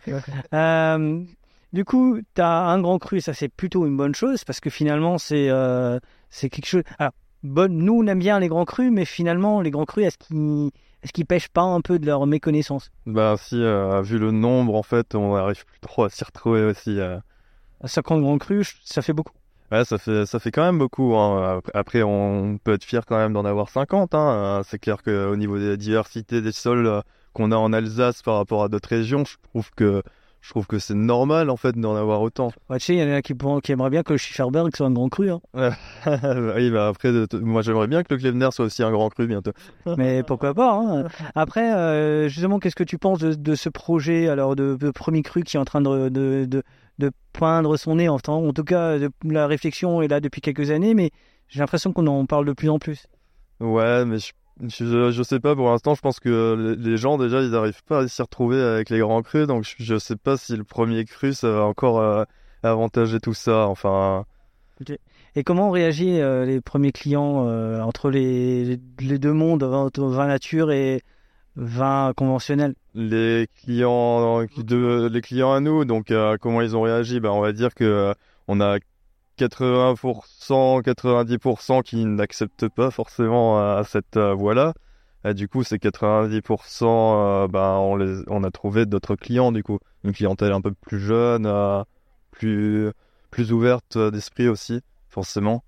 C: euh, du coup, tu as un grand cru, ça c'est plutôt une bonne chose parce que finalement c'est euh, c'est quelque chose. Alors, bonne, nous on aime bien les grands crus, mais finalement les grands crus, est-ce qu'ils est-ce qu'ils pêchent pas un peu de leur méconnaissance?
I: Bah si, euh, vu le nombre, en fait, on n'arrive plus trop à s'y retrouver aussi. Euh...
C: cinquante grands crus, ça fait beaucoup.
I: Ouais, ça fait, ça fait quand même beaucoup. Hein. Après, on peut être fier quand même d'en avoir cinquante. Hein. C'est clair qu'au niveau des diversités des sols euh, qu'on a en Alsace par rapport à d'autres régions, je trouve que je trouve que c'est normal en fait d'en avoir autant.
C: Ouais, tu sais, il y en a qui, qui aimeraient bien que le Schifferberg soit un grand cru. Hein.
I: Oui, bah après, de, de, moi j'aimerais bien que le Klevner soit aussi un grand cru bientôt.
C: Mais pourquoi pas. Hein. Après, euh, justement, qu'est-ce que tu penses de, de ce projet alors de, de premier cru qui est en train de, de, de, de poindre son nez? En, en tout cas, de, la réflexion est là depuis quelques années, mais j'ai l'impression qu'on en parle de plus en plus.
I: Ouais, mais je, je, je sais pas, pour l'instant, je pense que les, les gens, déjà, ils n'arrivent pas à s'y retrouver avec les grands crus, donc je, je sais pas si le premier cru, ça va encore euh, avantager tout ça, enfin...
C: Okay. Et comment ont réagi euh, les premiers clients euh, entre les, les deux mondes, entre vin nature et vin conventionnel?
I: Les clients, de, les clients à nous, donc euh, comment ils ont réagi? Ben, on va dire que euh, on a quatre-vingts pour cent, quatre-vingt-dix pour cent qui n'acceptent pas forcément euh, cette euh, voie-là. Et du coup, ces quatre-vingt-dix pour cent, euh, ben, on, les, on a trouvé d'autres clients, du coup. Une clientèle un peu plus jeune, euh, plus, plus ouverte d'esprit aussi, forcément.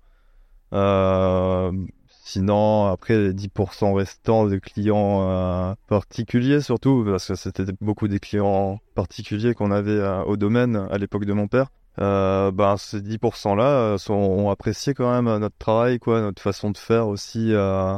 I: Euh, sinon, après, les dix pour cent restants de clients euh, particuliers, surtout, parce que c'était beaucoup des clients particuliers qu'on avait euh, au domaine à l'époque de mon père. Euh, ben, ces dix pour cent là sont, ont apprécié quand même notre travail, quoi, notre façon de faire aussi. Euh,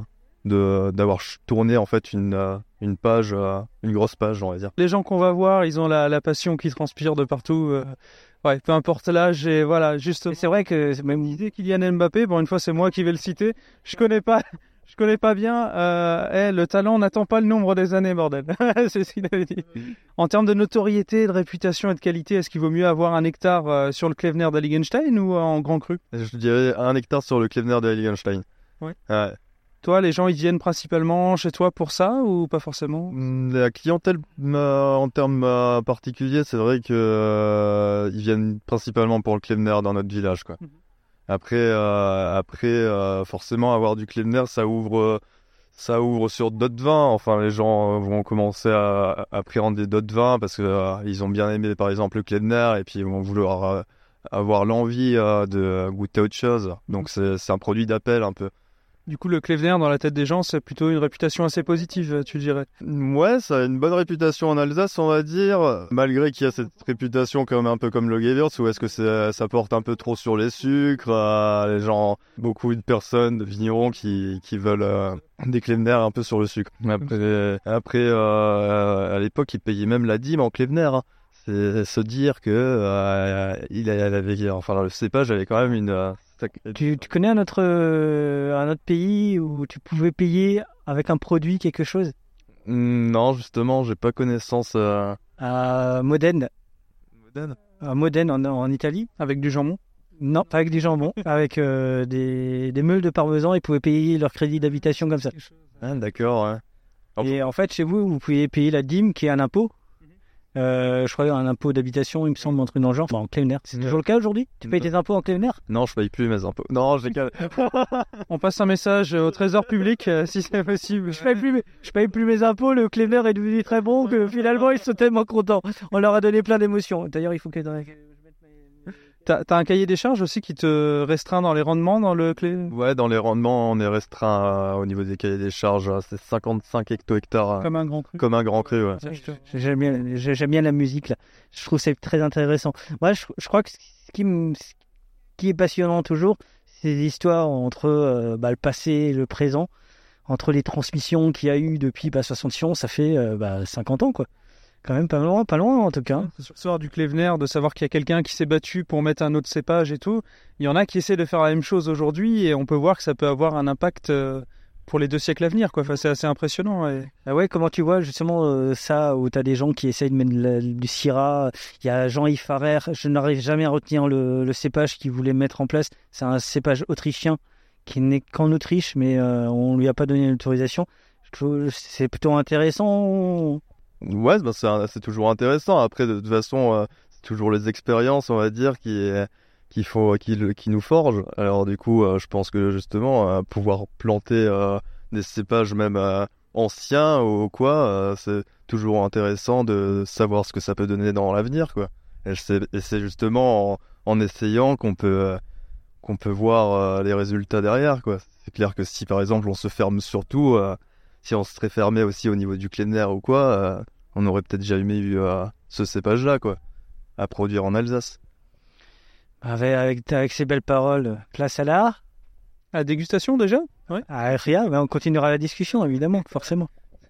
I: de d'avoir ch- tourné en fait une euh, une page, euh, une grosse page, on va dire.
J: Les gens qu'on va voir, ils ont la, la passion qui transpire de partout. euh, ouais, peu importe l'âge. Et voilà, juste.
C: Et c'est vrai que même
J: l'idée Kylian Mbappé, bon, une fois, c'est moi qui vais le citer. Je connais pas. Je connais pas bien. Euh, eh, le talent n'attend pas le nombre des années, bordel. C'est ce qu'il avait dit. En termes de notoriété, de réputation et de qualité, est-ce qu'il vaut mieux avoir un hectare euh, sur le Klevner d'Heiligenstein ou en grand cru?
I: Je dirais un hectare sur le Klevner de Heiligenstein.
J: Ouais.
I: Ouais.
J: Toi, les gens, ils viennent principalement chez toi pour ça ou pas forcément?
I: Mm, La clientèle euh, en termes euh, particuliers, c'est vrai que euh, ils viennent principalement pour le Klevner dans notre village, quoi.
J: Mhm.
I: Après, euh, après euh, forcément, avoir du Klevner, ça ouvre, ça ouvre sur d'autres vins. Enfin, les gens euh, vont commencer à, à appréhender d'autres vins parce que euh, ils ont bien aimé, par exemple, le Klevner et puis ils vont vouloir euh, avoir l'envie euh, de goûter autre chose. Donc, c'est, c'est un produit d'appel un peu.
J: Du coup, le Klevner, dans la tête des gens, c'est plutôt une réputation assez positive, tu dirais.
I: Ouais, ça a une bonne réputation en Alsace, on va dire, malgré qu'il y a cette réputation comme un peu comme le Gewürz, où est-ce que c'est, ça porte un peu trop sur les sucres, euh, les gens, beaucoup de personnes, de vignerons qui, qui veulent euh, des Klevner un peu sur le sucre. Après, après euh, à l'époque, ils payaient même la dîme en Klevner, hein. C'est se dire que euh, il avait, enfin, le cépage avait quand même une... Euh,
C: Tu, tu connais un autre, euh, un autre pays où tu pouvais payer avec un produit quelque chose?
I: Non, justement, j'ai pas connaissance. Euh...
C: À Modène.
I: Modène
C: À Modène, en, en Italie.
J: Avec du jambon?
C: Non, pas avec du jambon, avec euh, des, des meules de parmesan. Ils pouvaient payer leur crédit d'habitation comme ça.
I: Ah, d'accord, ouais.
C: Enfin... Et en fait, chez vous, vous pouviez payer la dîme, qui est un impôt. Euh, je crois un impôt d'habitation, il me semble, un truc dans le genre. Bon, en Klevner. C'est toujours le cas aujourd'hui? Tu payes tes impôts en Klevner?
I: Non, je paye plus mes impôts. Non, je décale.
J: On passe un message au trésor public, euh, si c'est possible.
C: Je paye plus mes, je paye plus mes impôts. Le Klevner est devenu très bon que finalement ils sont tellement contents. On leur a donné plein d'émotions. D'ailleurs, il faut que
J: T'as, t'as un cahier des charges aussi qui te restreint dans les rendements dans le clé?
I: Ouais, dans les rendements, on est restreint euh, au niveau des cahiers des charges. Euh, c'est cinquante-cinq hecto-hectares. Euh,
J: comme un grand cru.
I: Comme un grand cru, ouais.
C: J'aime bien, j'aime bien la musique, là. Je trouve que c'est très intéressant. Moi, je, je crois que ce qui, me, ce qui est passionnant toujours, c'est l'histoire entre euh, bah, le passé et le présent, entre les transmissions qu'il y a eu depuis bah, soixante-six, ça fait euh, bah, cinquante ans, quoi. Quand même pas loin, pas loin en tout cas.
J: C'est sur l'histoire du Klevner, de savoir qu'il y a quelqu'un qui s'est battu pour mettre un autre cépage et tout. Il y en a qui essaient de faire la même chose aujourd'hui et on peut voir que ça peut avoir un impact euh, pour les deux siècles à venir, quoi. Enfin, c'est assez impressionnant. Et...
C: Ah ouais, comment tu vois justement euh, ça, où tu as des gens qui essayent de mettre la, du Syrah. Il y a Jean-Yves Farrer, je n'arrive jamais à retenir le, le cépage qu'il voulait mettre en place. C'est un cépage autrichien qui n'est qu'en Autriche, mais euh, on lui a pas donné l'autorisation. Je trouve c'est plutôt intéressant.
I: Ouais, bah c'est, c'est toujours intéressant. Après, de toute façon, euh, c'est toujours les expériences, on va dire, qui, qui, font, qui, qui nous forgent. Alors du coup, euh, je pense que justement, euh, pouvoir planter euh, des cépages même euh, anciens ou quoi, euh, c'est toujours intéressant de savoir ce que ça peut donner dans l'avenir, quoi. Et c'est, et c'est justement en, en essayant qu'on peut, euh, qu'on peut voir euh, les résultats derrière, quoi. C'est clair que si, par exemple, on se ferme sur tout... Euh, si on serait fermé aussi au niveau du Klevner ou quoi, euh, on aurait peut-être jamais eu euh, ce cépage-là, quoi, à produire en Alsace.
C: Avec, avec, avec ces belles paroles, place à l'art.
J: À la dégustation déjà?
C: Ouais. À rien, mais on continuera la discussion, évidemment, forcément.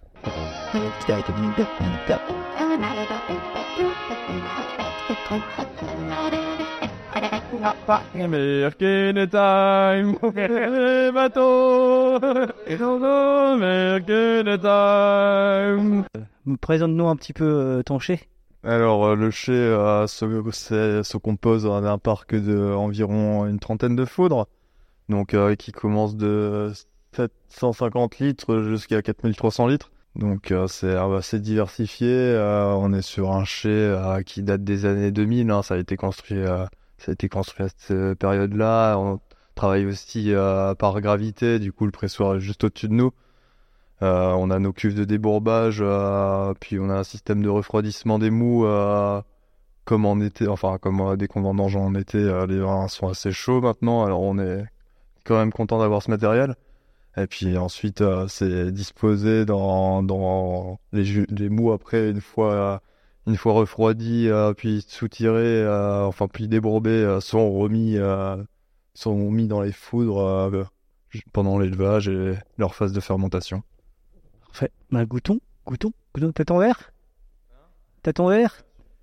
J: American time, bateau, American time.
C: Présente-nous un petit peu euh, ton chai.
I: Alors, euh, le chai euh, se, c'est, se compose d'un parc de environ une trentaine de foudres, donc euh, qui commence de sept cent cinquante litres jusqu'à quatre mille trois cents litres. Donc euh, c'est assez diversifié. Euh, on est sur un chai euh, qui date des années deux mille. Hein, ça a été construit. Euh, Ça a été construit à cette période-là. On travaille aussi euh, par gravité. Du coup, le pressoir est juste au-dessus de nous. Euh, on a nos cuves de débourbage. Euh, puis on a un système de refroidissement des mous. Euh, comme en été, enfin comme euh, dès qu'on vendange en été, euh, les vins sont assez chauds maintenant. Alors on est quand même content d'avoir ce matériel. Et puis ensuite, euh, c'est disposé dans, dans les, ju- les mous après, une fois... Euh, Une fois refroidis, euh, puis soutirés, euh, enfin puis débourbés, euh, sont remis, euh, sont mis dans les foudres euh, pendant l'élevage et leur phase de fermentation.
C: Parfait. Bah, goûtons, goûtons, goûtons. T'as ton verre? T'as ton verre?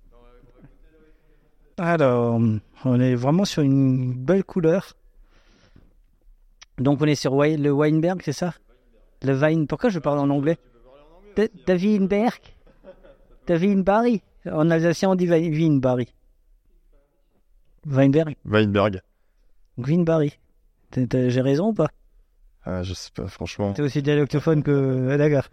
C: Alors, on est vraiment sur une belle couleur. Donc, on est sur Wei- le Weinberg, c'est ça? Le Wein. Pourquoi je parle en anglais? De- de Weinberg? De Weinberg? En alsacien, on dit Wei- Weinberg. Weinberg?
I: Weinberg.
C: Weinberg. T'as- t'as- J'ai raison ou pas?
I: Ah, je sais pas, franchement.
C: T'es aussi dialectophone que ah, d'accord.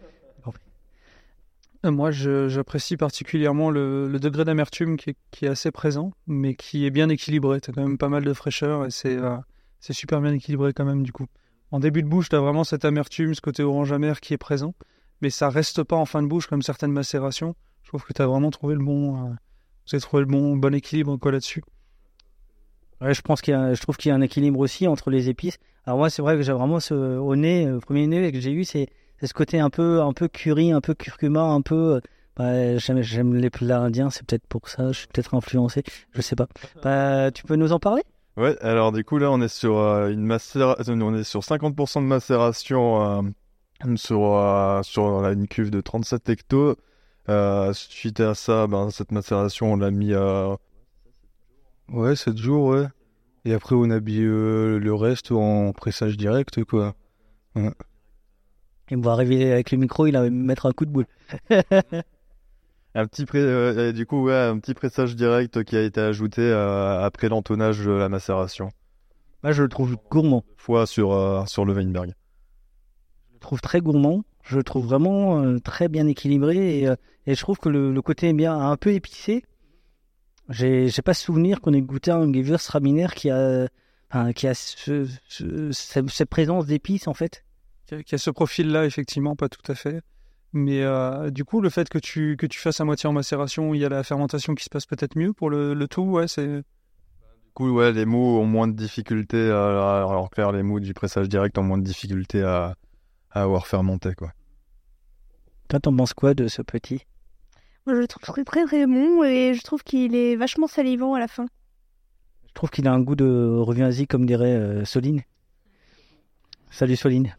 J: Euh, Moi, je- j'apprécie particulièrement le, le degré d'amertume qui est, qui est assez présent, mais qui est bien équilibré. T'as quand même pas mal de fraîcheur et c'est euh, c'est super bien équilibré quand même du coup. En début de bouche, t'as vraiment cette amertume, ce côté orange amer qui est présent, mais ça reste pas en fin de bouche comme certaines macérations. Je trouve que t'as vraiment trouvé le bon, euh, vous avez trouvé le bon, bon équilibre quoi là-dessus.
C: Ouais, je pense qu'il y a, je trouve qu'il y a un équilibre aussi entre les épices. Alors moi, c'est vrai que j'ai vraiment ce au nez, le premier nez que j'ai eu, c'est c'est ce côté un peu, un peu curry, un peu curcuma, un peu. euh, Bah, j'aime, j'aime les plats indiens, c'est peut-être pour ça. Je suis peut-être influencé, je sais pas. Bah, tu peux nous en parler?
I: Ouais, alors du coup là on est sur euh, une macération, on est sur cinquante pour cent de macération euh, sur euh, sur là, une cuve de trente-sept hectos. Euh, suite à ça, ben cette macération on l'a mis à
H: Ouais, sept jours, ouais. Et après, on habille euh, le reste en pressage direct, quoi. Ouais.
C: Il me voit arriver avec le micro, il va me mettre un coup de boule.
I: un petit pré- euh, et du coup ouais un petit pressage direct qui a été ajouté euh, après l'entonnage de la macération.
C: Moi, je le trouve gourmand.
I: Fois sur euh, sur le Weinberg.
C: Je le trouve très gourmand. Je le trouve vraiment euh, très bien équilibré et, euh, et je trouve que le, le côté bien un peu épicé. J'ai, j'ai pas souvenir qu'on ait goûté un Gewürztraminer qui a, enfin, qui a ce, ce- ce- cette présence d'épices en fait.
J: Qui a, qui a ce profil-là, effectivement, pas tout à fait. Mais euh, du coup, le fait que tu, que tu fasses à moitié en macération, il y a la fermentation qui se passe peut-être mieux pour le, le tout, ouais, c'est...
I: Du coup ouais les mous ont moins de difficultés à, à- alors clair les mous du pressage direct ont moins de difficultés à, à avoir fermenté quoi.
C: Toi, t'en penses quoi de ce petit?
A: Moi, je le trouve très très très bon et je trouve qu'il est vachement salivant à la fin.
C: Je trouve qu'il a un goût de reviens-y comme dirait euh, Soline. Salut Soline.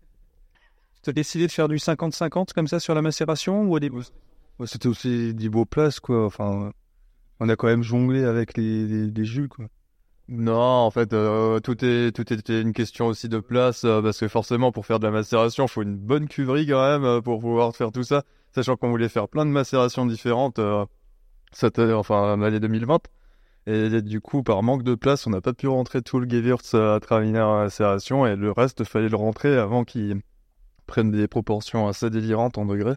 J: Tu as décidé de faire du cinquante cinquante comme ça sur la macération ou au début?
H: Ouais, c'était aussi des beaux places, quoi. Enfin, on a quand même jonglé avec les, les, les jus, quoi.
I: Non, en fait, euh, tout est tout était une question aussi de place euh, parce que forcément pour faire de la macération, il faut une bonne cuverie quand même euh, pour pouvoir faire tout ça, sachant qu'on voulait faire plein de macérations différentes euh, cette année, enfin l'année deux mille vingt. Et du coup, par manque de place, on n'a pas pu rentrer tout le Gewürz à travers la macération et le reste, fallait le rentrer avant qu'il prenne des proportions assez délirantes en degrés.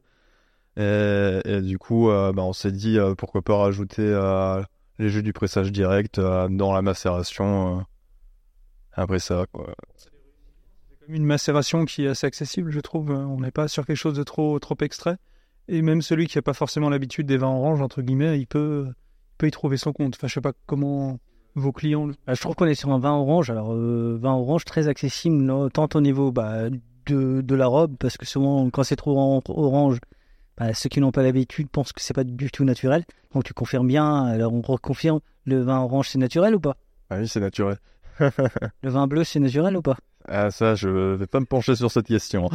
I: Et, et du coup, euh, bah, on s'est dit euh, pourquoi pas rajouter euh, les jus du pressage direct euh, dans la macération. euh, après ça, quoi.
J: Une macération qui est assez accessible, je trouve. On n'est pas sur quelque chose de trop, trop extrait. Et même celui qui n'a pas forcément l'habitude des vins oranges, entre guillemets, il peut, peut y trouver son compte. Enfin, je sais pas comment vos clients... le-
C: Bah, je trouve qu'on est sur un vin orange. Alors, euh, vin orange très accessible, non, tant au niveau bah, de, de la robe, parce que souvent, quand c'est trop en- orange, bah, ceux qui n'ont pas l'habitude pensent que c'est pas du tout naturel. Donc, tu confirmes bien. Alors, on reconfirme, le vin orange, c'est naturel ou pas?
I: Ah oui, c'est naturel.
C: Le vin bleu, c'est naturel ou pas?
I: Ah ça, je vais pas me pencher sur cette question.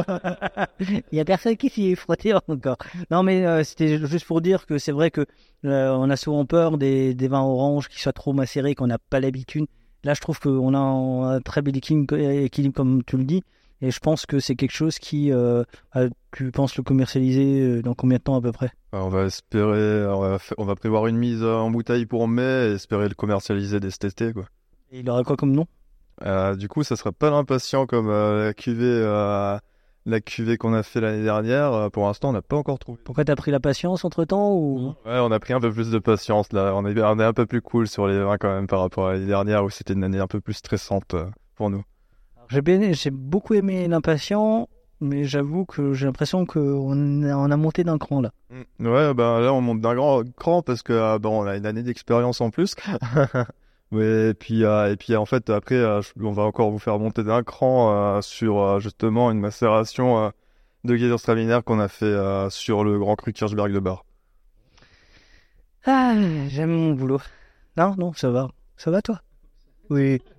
C: Il y a personne qui s'y est frotté encore. Non, mais euh, c'était juste pour dire que c'est vrai que euh, on a souvent peur des, des vins oranges qui soient trop macérés, qu'on n'a pas l'habitude. Là, je trouve qu'on a un, un très bel équilibre, équilibre, comme tu le dis. Et je pense que c'est quelque chose qui, euh, euh, tu penses le commercialiser euh, dans combien de temps à peu près?
I: On va espérer, on va, fa- on va prévoir une mise en bouteille pour mai et espérer le commercialiser dès cet été, quoi.
C: Et il aura quoi comme nom?
I: Euh, du coup, ça sera pas l'impatient comme euh, la cuvée, euh, la cuvée qu'on a fait l'année dernière. Euh, pour l'instant, on n'a pas encore trouvé.
C: Pourquoi t'as pris la patience entre temps ou...
I: Ouais, on a pris un peu plus de patience là. On est, on est un peu plus cool sur les vins quand même par rapport à l'année dernière où c'était une année un peu plus stressante euh, pour nous.
C: J'ai bien, j'ai beaucoup aimé l'impatient, mais j'avoue que j'ai l'impression qu'on a, on a monté d'un cran là.
I: Mm. Ouais, bah là on monte d'un grand cran parce que euh, bon, on a une année d'expérience en plus. Ouais, et puis euh, et puis en fait après euh, je- on va encore vous faire monter d'un cran euh, sur euh, justement une macération euh, de Gewürztraminer qu'on a fait euh, sur le Grand Cru Kirchberg de Bar.
C: Ah, j'aime mon boulot. Non, non, ça va. Ça va toi? Oui, parfait.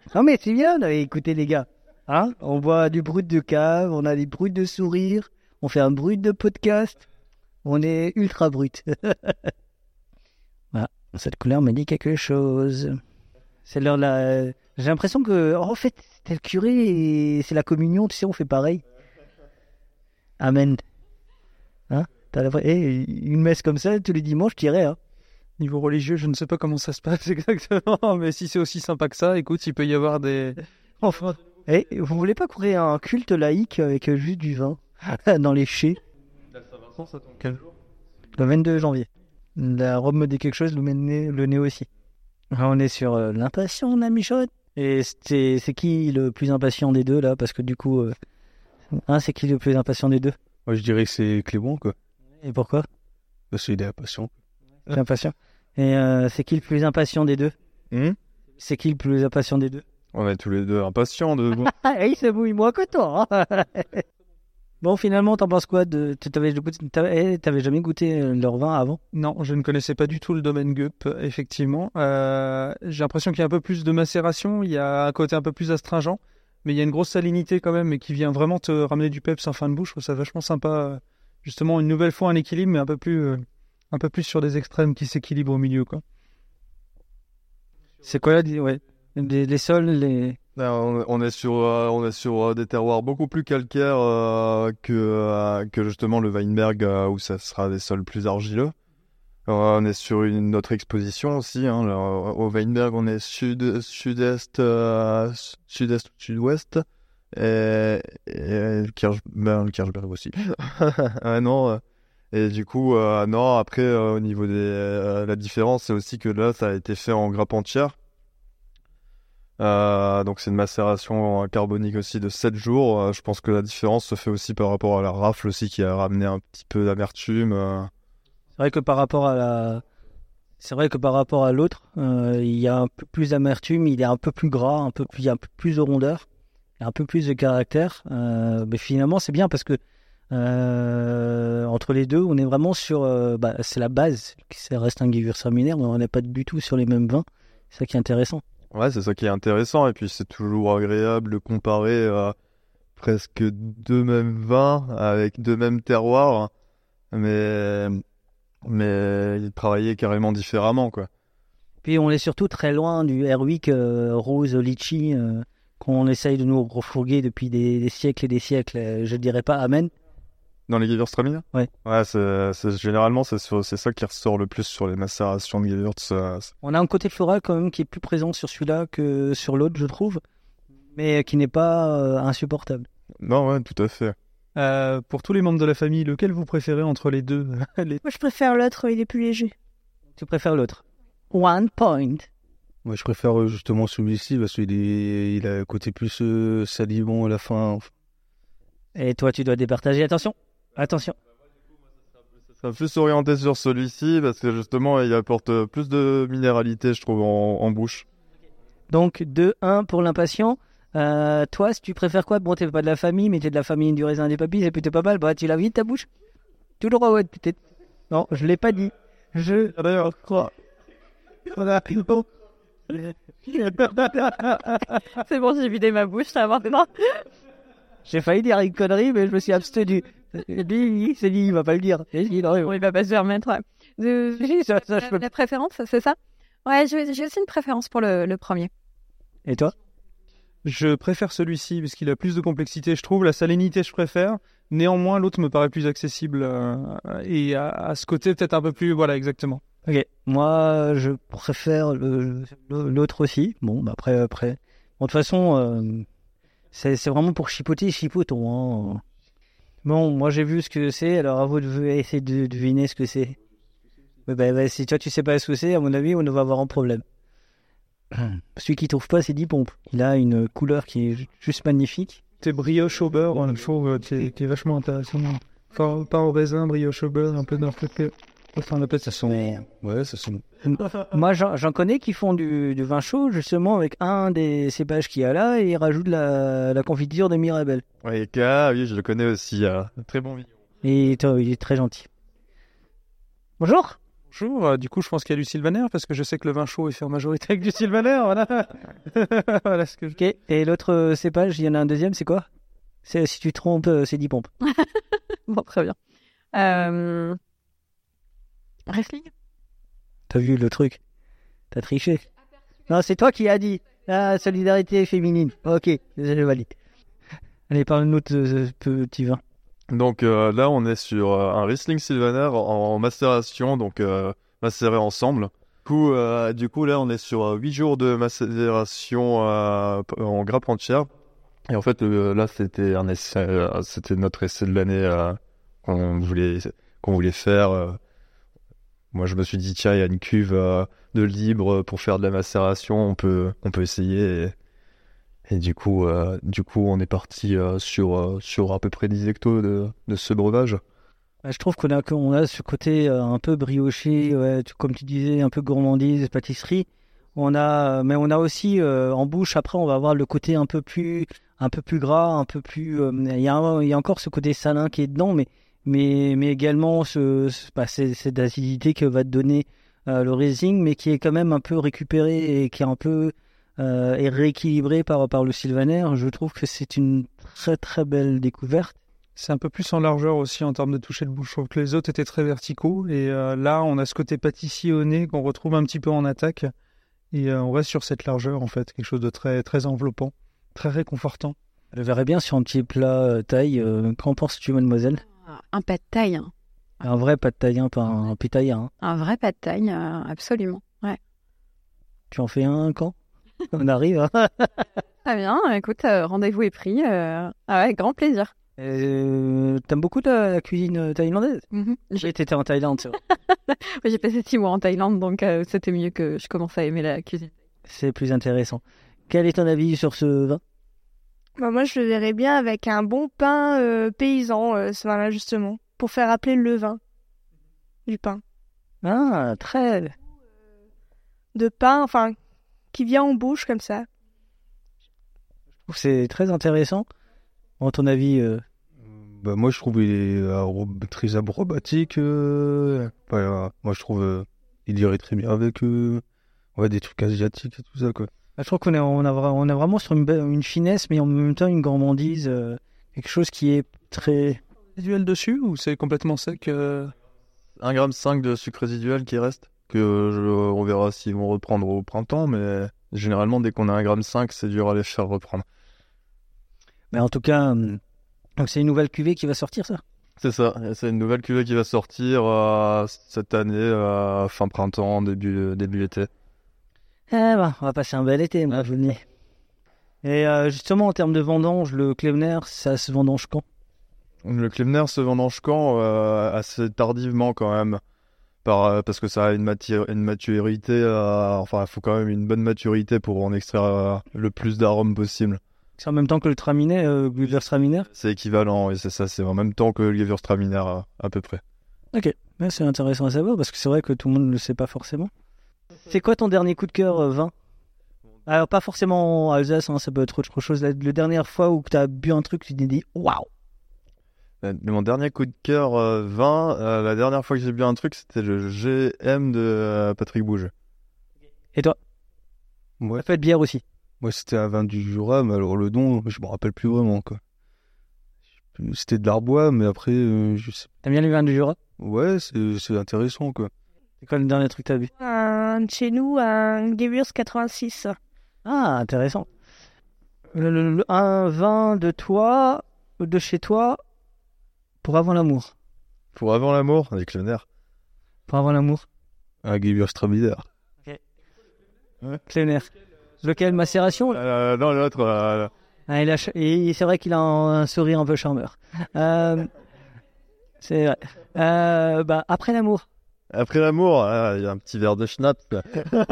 C: Non mais c'est bien, écoutez les gars. Hein, on boit du brut de cave, on a des bruits de sourire, on fait un bruit de podcast. On est ultra brut. Voilà, cette couleur me dit quelque chose. C'est l'heure de la... J'ai l'impression que, en fait, c'est le curé et c'est la communion, tu sais, on fait pareil. Amen. Hein, t'as la... eh, une messe comme ça, tous les dimanches, tu irais, hein.
J: Niveau religieux, je ne sais pas comment ça se passe exactement, mais si c'est aussi sympa que ça, écoute, il peut y avoir des...
C: Enfin, eh, vous voulez pas créer un culte laïque avec juste du vin dans les chais?
J: Quel jour?
C: Le vingt-deux janvier. La robe me dit quelque chose, le nez, le nez aussi. On est sur euh, l'impatient, la Michonne. Et c'est, c'est qui le plus impatient des deux, là? Parce que du coup, euh, hein, c'est qui le plus impatient des deux?
H: Moi, je dirais que c'est Clément, quoi.
C: Et pourquoi?
H: Parce qu'il est impatient.
C: C'est impatient. Et euh, c'est qui le plus impatient des deux?
I: Mmh
C: C'est qui le plus impatient des deux?
I: On est tous les deux impatients de...
C: Ah, il se bouille moins que toi, hein. Bon, finalement, t'en penses quoi de... T'avais, t'avais, t'avais jamais goûté leur vin avant?
J: Non, je ne connaissais pas du tout le domaine Gueup, effectivement. Euh, j'ai l'impression qu'il y a un peu plus de macération, il y a un côté un peu plus astringent, mais il y a une grosse salinité quand même, et qui vient vraiment te ramener du peps en fin de bouche. Je trouve ça vachement sympa. Justement, une nouvelle fois, un équilibre, mais un peu plus, euh, un peu plus sur des extrêmes qui s'équilibrent au milieu, quoi.
C: C'est quoi là? Ouais. Les, les sols, les...
I: On, on est sur, euh, on est sur euh, des terroirs beaucoup plus calcaires euh, que, euh, que justement le Weinberg euh, où ça sera des sols plus argileux. Euh, on est sur une autre exposition aussi. Hein, là, au Weinberg, on est sud, sud-est, euh, sud-est, sud-ouest. Et, et le, Kirch, ben, le Kirchberg aussi. ah non. Euh, et du coup, euh, non. Après, euh, au niveau des, euh, la différence, c'est aussi que là, ça a été fait en grappe entière. Euh, donc c'est une macération carbonique aussi de sept jours. Euh, je pense que la différence se fait aussi par rapport à la rafle aussi qui a ramené un petit peu d'amertume. Euh.
C: C'est vrai que par rapport à la, c'est vrai que par rapport à l'autre, euh, il y a un peu plus d'amertume, il est un peu plus gras, un peu plus, il y a un peu plus de rondeur, il y a un peu plus de caractère. Euh, mais finalement c'est bien parce que euh, entre les deux, on est vraiment sur, euh, bah, c'est la base. Ça reste un Gewürztraminer, mais on n'est pas du tout sur les mêmes vins. C'est ça qui est intéressant.
I: Ouais, c'est ça qui est intéressant. Et puis, c'est toujours agréable de comparer euh, presque deux mêmes vins avec deux mêmes terroirs, mais, mais ils travaillaient carrément différemment, quoi.
C: Puis, on est surtout très loin du Airwick euh, rose litchi euh, qu'on essaye de nous refourguer depuis des, des siècles et des siècles. Je dirais pas amen.
I: Dans les Gewürztraminer ?
C: Ouais.
I: Ouais, c'est, c'est, généralement, c'est, sur, c'est ça qui ressort le plus sur les macérations de Gewürz. Euh,
C: On a un côté floral quand même qui est plus présent sur celui-là que sur l'autre, je trouve, mais qui n'est pas euh, insupportable.
I: Non, ouais, tout à fait.
J: Euh, pour tous les membres de la famille, lequel vous préférez entre les deux? les...
A: Moi, je préfère l'autre, il est plus léger.
C: Tu préfères l'autre? One point.
H: Moi, je préfère euh, justement celui-ci parce qu'il est... il a un côté plus euh, salivant à la fin.
C: Et toi, tu dois départager. Attention, attention.
I: Ça va plus orienté sur celui-ci parce que justement, il apporte plus de minéralité, je trouve, en, en bouche.
C: Donc, deux un pour l'impatient. Euh, toi, si tu préfères quoi? Bon, t'es pas de la famille, mais t'es de la famille du raisin et des papilles, c'est plutôt pas mal. Bah, tu l'as vite ta bouche? Tout le droit, ouais, peut-être. Non, je l'ai pas dit. Je crois.
D: C'est bon, j'ai vidé ma bouche, ça va maintenant.
C: J'ai failli dire une connerie, mais je me suis abstenu. Lui, il s'est dit, il va pas le dire. Et il, non,
D: oui, il va pas se remettre. De...
C: ça, ça, je peux...
D: La préférence, c'est ça? Ouais, j'ai, j'ai aussi une préférence pour le, le premier.
C: Et toi?
J: Je préfère celui-ci parce qu'il a plus de complexité, je trouve. La salinité, je préfère. Néanmoins, l'autre me paraît plus accessible euh, et à, à ce côté peut-être un peu plus... Voilà, exactement.
C: Ok, moi, je préfère le, le, l'autre aussi. Bon, bah après, après... Bon, de toute façon, euh, c'est, c'est vraiment pour chipoter, chipotons. Hein. Bon, moi, j'ai vu ce que c'est, alors à vous de essayer de deviner ce que c'est. Mais bah, bah, si toi, tu sais pas ce que c'est, à mon avis, on va avoir un problème. Celui qui trouve pas, c'est dix pompes. Il a une couleur qui est juste magnifique.
J: C'est brioche au beurre, un chose qui est, qui est vachement intéressant. Enfin, pas au raisin, brioche au beurre, un peu d'un peu... Enfin, on appelle ça son...
H: Ouais, ça sent...
C: Moi, j'en, j'en connais qui font du, du vin chaud, justement, avec un des cépages qu'il y a là, et ils rajoutent la, la confiture de Mirabelle.
I: Oui, K, oui, je le connais aussi. Euh, très bon vigneron.
C: Et toi, il est très gentil. Bonjour.
J: Bonjour, euh, du coup je pense qu'il y a du sylvaner parce que je sais que le vin chaud est fait en majorité avec du sylvaner, voilà. Voilà ce que je...
C: Ok, et l'autre euh, cépage, il y en a un deuxième, c'est quoi? C'est, si tu te trompes, euh, c'est dix pompes.
D: Bon, très bien. Euh... Wrestling.
C: T'as vu le truc? T'as triché? Non, c'est toi qui as dit. Ah, solidarité féminine. Ok, je valide. Allez, parle-nous de ce petit vin.
I: Donc euh, là, on est sur euh, un Riesling Sylvaner en, en macération, donc euh, macéré ensemble. Du coup, euh, du coup, là, on est sur euh, huit jours de macération euh, en grappe entière. Et en fait, le- là, c'était un essai, euh, c'était notre essai de l'année euh, qu'on voulait, qu'on voulait faire. euh. Moi, je me suis dit, tiens, il y a une cuve euh, de libre pour faire de la macération, on peut, on peut essayer. Et, et du coup, euh, du coup, on est parti euh, sur, euh, sur à peu près dix hectos de, de ce breuvage.
C: Bah, je trouve qu'on a, qu'on a ce côté euh, un peu brioché, ouais, tu- comme tu disais, un peu gourmandise, pâtisserie. On a, mais on a aussi euh, en bouche, après, on va avoir le côté un peu plus, un peu plus gras, un peu plus. euh, Il y a, un- il y a encore ce côté salin qui est dedans, mais, mais, mais également ce, ce- bah, c'est- cette acidité que va te donner euh, le Riesling, mais qui est quand même un peu récupéré et qui est un peu euh, est rééquilibré par, par le Sylvaner. Je trouve que c'est une très très belle découverte.
J: C'est un peu plus en largeur aussi en termes de toucher de bouche. Je trouve que les autres étaient très verticaux et euh, là on a ce côté pâtissier au nez qu'on retrouve un petit peu en attaque et euh, on reste sur cette largeur en fait, quelque chose de très très enveloppant, très réconfortant.
C: Je le verrais bien sur un petit plat euh, thaï. Euh, qu'en penses-tu, mademoiselle?
D: Un pas de taille. Hein.
C: Un vrai pas de thaï, hein, pas un, un pitaya. Hein.
D: Un vrai pas de taille, euh, absolument. Ouais.
C: Tu en fais un quand on arrive? Hein.
D: Très bien, écoute, euh, rendez-vous est pris. Euh... Ah ouais, grand plaisir.
C: Euh, T'aimes beaucoup la, la cuisine thaïlandaise?
D: Mhm. J'ai
C: Oui, t'étais en Thaïlande, c'est vrai.
D: j'ai passé six mois en Thaïlande, donc euh, c'était mieux que je commence à aimer la cuisine.
C: C'est plus intéressant. Quel est ton avis sur ce vin?
A: Bah, moi, je le verrais bien avec un bon pain euh, paysan, euh, ce vin-là, justement, pour faire appeler le vin du pain.
C: Ah, très...
A: De pain, enfin, qui vient en bouche comme ça.
C: Je trouve que c'est très intéressant. En ton avis, euh,
H: Bah, moi, je trouve il est aro- très aromatique. euh, bah, euh, moi, je trouve euh, il irait très bien avec euh, ouais, des trucs asiatiques et tout ça, quoi.
C: je trouve qu'on est, on a, vra- on est vraiment sur une, belle- une finesse, mais en même temps une gourmandise, euh, quelque chose qui est très...
J: Résiduel dessus ou c'est complètement sec euh...
I: un virgule cinq gramme de sucre résiduel qui reste, que je- on verra s'ils vont reprendre au printemps, mais généralement, dès qu'on a un virgule cinq gramme, c'est dur à les faire reprendre.
C: Mais en tout cas, hum, donc c'est une nouvelle cuvée qui va sortir, ça?
I: C'est ça, et c'est une nouvelle cuvée qui va sortir euh, cette année, euh, fin printemps, début, début été.
C: Eh ben, on va passer un bel été, moi, je vous le dis. Et euh, justement, en termes de vendange, le Klevener, ça se vendange quand?
I: Le Klevener se vendange quand euh, assez tardivement quand même, par, euh, parce que ça a une, mati- une maturité, euh, enfin il faut quand même une bonne maturité pour en extraire euh, le plus d'arômes possible.
C: C'est en même temps que le Traminer, euh, Gewürztraminer?
I: C'est équivalent, et c'est ça, c'est en même temps que le Gewürztraminer euh, à peu près.
C: Ok, ouais, c'est intéressant à savoir, parce que c'est vrai que tout le monde ne le sait pas forcément. C'est quoi ton dernier coup de cœur euh, vin? Alors, pas forcément en Alsace, hein, ça peut être autre chose. La, la dernière fois où tu as bu un truc, tu t'es dit waouh!
I: Euh, Mon dernier coup de cœur euh, vin, euh, la dernière fois que j'ai bu un truc, c'était le G M de euh, Patrick Bouge.
C: Et toi?
H: Ouais.
C: Ça fait de bière aussi.
H: Moi, c'était un vin du Jura, mais alors le nom, je me rappelle plus vraiment, quoi. C'était de l'Arbois, mais après, euh, je sais.
C: T'aimes bien les vins du Jura?
H: Ouais, c'est c'est intéressant, quoi.
C: C'est quoi le dernier truc que t'as bu?
A: Un, de chez nous, un Gewürz quatre-vingt-six.
C: Ah, intéressant. Le, le- le- un vin de toi, de chez toi, pour avant l'amour.
I: Pour avant l'amour, avec le nerf.
C: Pour avant l'amour.
H: Un Gewürztraminer.
C: Klevener. Lequel? Macération?
I: Euh, non, l'autre. euh,
C: Ah, il a ch- et c'est vrai qu'il a un, un sourire un peu charmeur. Euh, c'est vrai. Euh, bah, après l'amour.
I: Après l'amour, ah, il y a un petit verre de schnapps. quoi.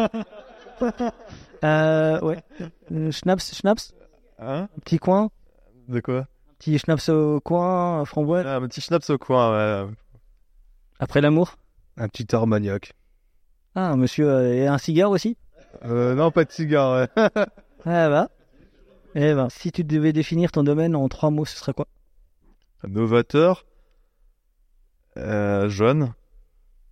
C: Euh, ouais. Euh, Schnapps, schnapps.
I: Hein?
C: Un petit coin.
I: De quoi?
C: Petit schnapps au coin, framboise.
I: Ah, un petit schnapps au coin, ouais.
C: Après l'amour.
H: Un petit Armagnac.
C: Ah, monsieur, euh, et un cigare aussi?
I: Euh, non, pas de cigare, ouais.
C: Ah bah. Eh ben, si tu devais définir ton domaine en trois mots, ce serait quoi?
I: Novateur, euh, jeune,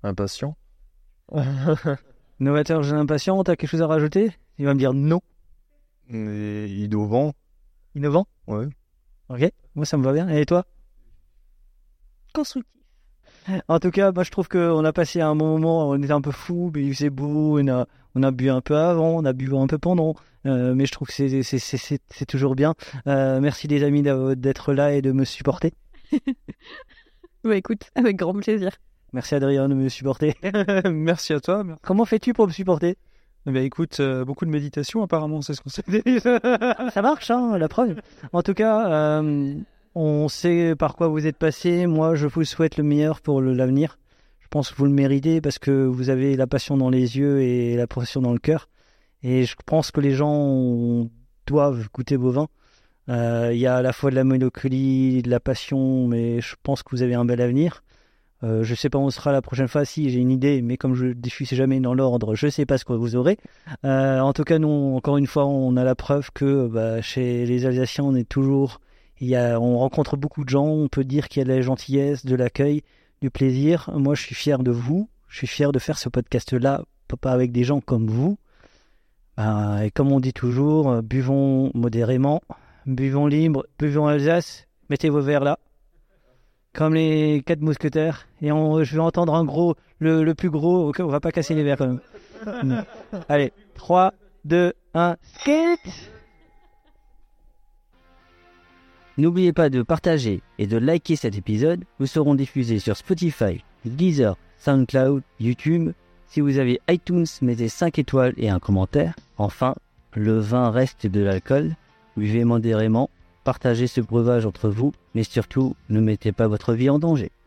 I: Impatient.
C: Novateur, jeune impatient, t'as quelque chose à rajouter? Il va me dire non.
I: Et innovant.
C: Innovant?
I: Ouais.
C: Ok, moi ça me va bien. Et toi?
A: Constructif.
C: En tout cas, moi je trouve qu'on a passé un bon moment, on était un peu fou, mais il faisait beau, on a, on a bu un peu avant, on a bu un peu pendant, euh, mais je trouve que c'est, c'est, c'est, c'est, c'est toujours bien. Euh, merci les amis d'être là et de me supporter.
D: Bah écoute, avec grand plaisir.
C: Merci Adrien de me supporter.
J: Merci à toi. Merci.
C: Comment fais-tu pour me supporter?
J: Eh ben, écoute, euh, beaucoup de méditation apparemment, c'est ce qu'on s'est dit.
C: Ça marche, hein, la preuve. En tout cas, euh, on sait par quoi vous êtes passé. Moi, je vous souhaite le meilleur pour le- l'avenir. Je pense que vous le méritez parce que vous avez la passion dans les yeux et la passion dans le cœur. Et je pense que les gens doivent goûter vos vins. Euh, Il y a à la fois de la mélancolie, de la passion, mais je pense que vous avez un bel avenir. Euh, je sais pas où on sera la prochaine fois. Si, j'ai une idée, mais comme je ne diffuse jamais dans l'ordre, je sais pas ce que vous aurez. Euh, en tout cas, nous, encore une fois, on a la preuve que bah, chez les Alsaciens, on est toujours... Il y a, on rencontre beaucoup de gens, on peut dire qu'il y a de la gentillesse, de l'accueil, du plaisir. Moi, je suis fier de vous. Je suis fier de faire ce podcast-là, pas avec des gens comme vous. Ben, et comme on dit toujours, euh, buvons modérément, buvons libre, buvons Alsace. Mettez vos verres là, comme les quatre mousquetaires. Et on, je vais entendre un gros, le, le plus gros. Ok, on va pas casser les verres quand même. Allez, trois, deux, un, skate.
E: N'oubliez pas de partager et de liker cet épisode. Nous serons diffusés sur Spotify, Deezer, SoundCloud, YouTube. Si vous avez iTunes, mettez cinq étoiles et un commentaire. Enfin, le vin reste de l'alcool. Buvez modérément, partagez ce breuvage entre vous, mais surtout, ne mettez pas votre vie en danger.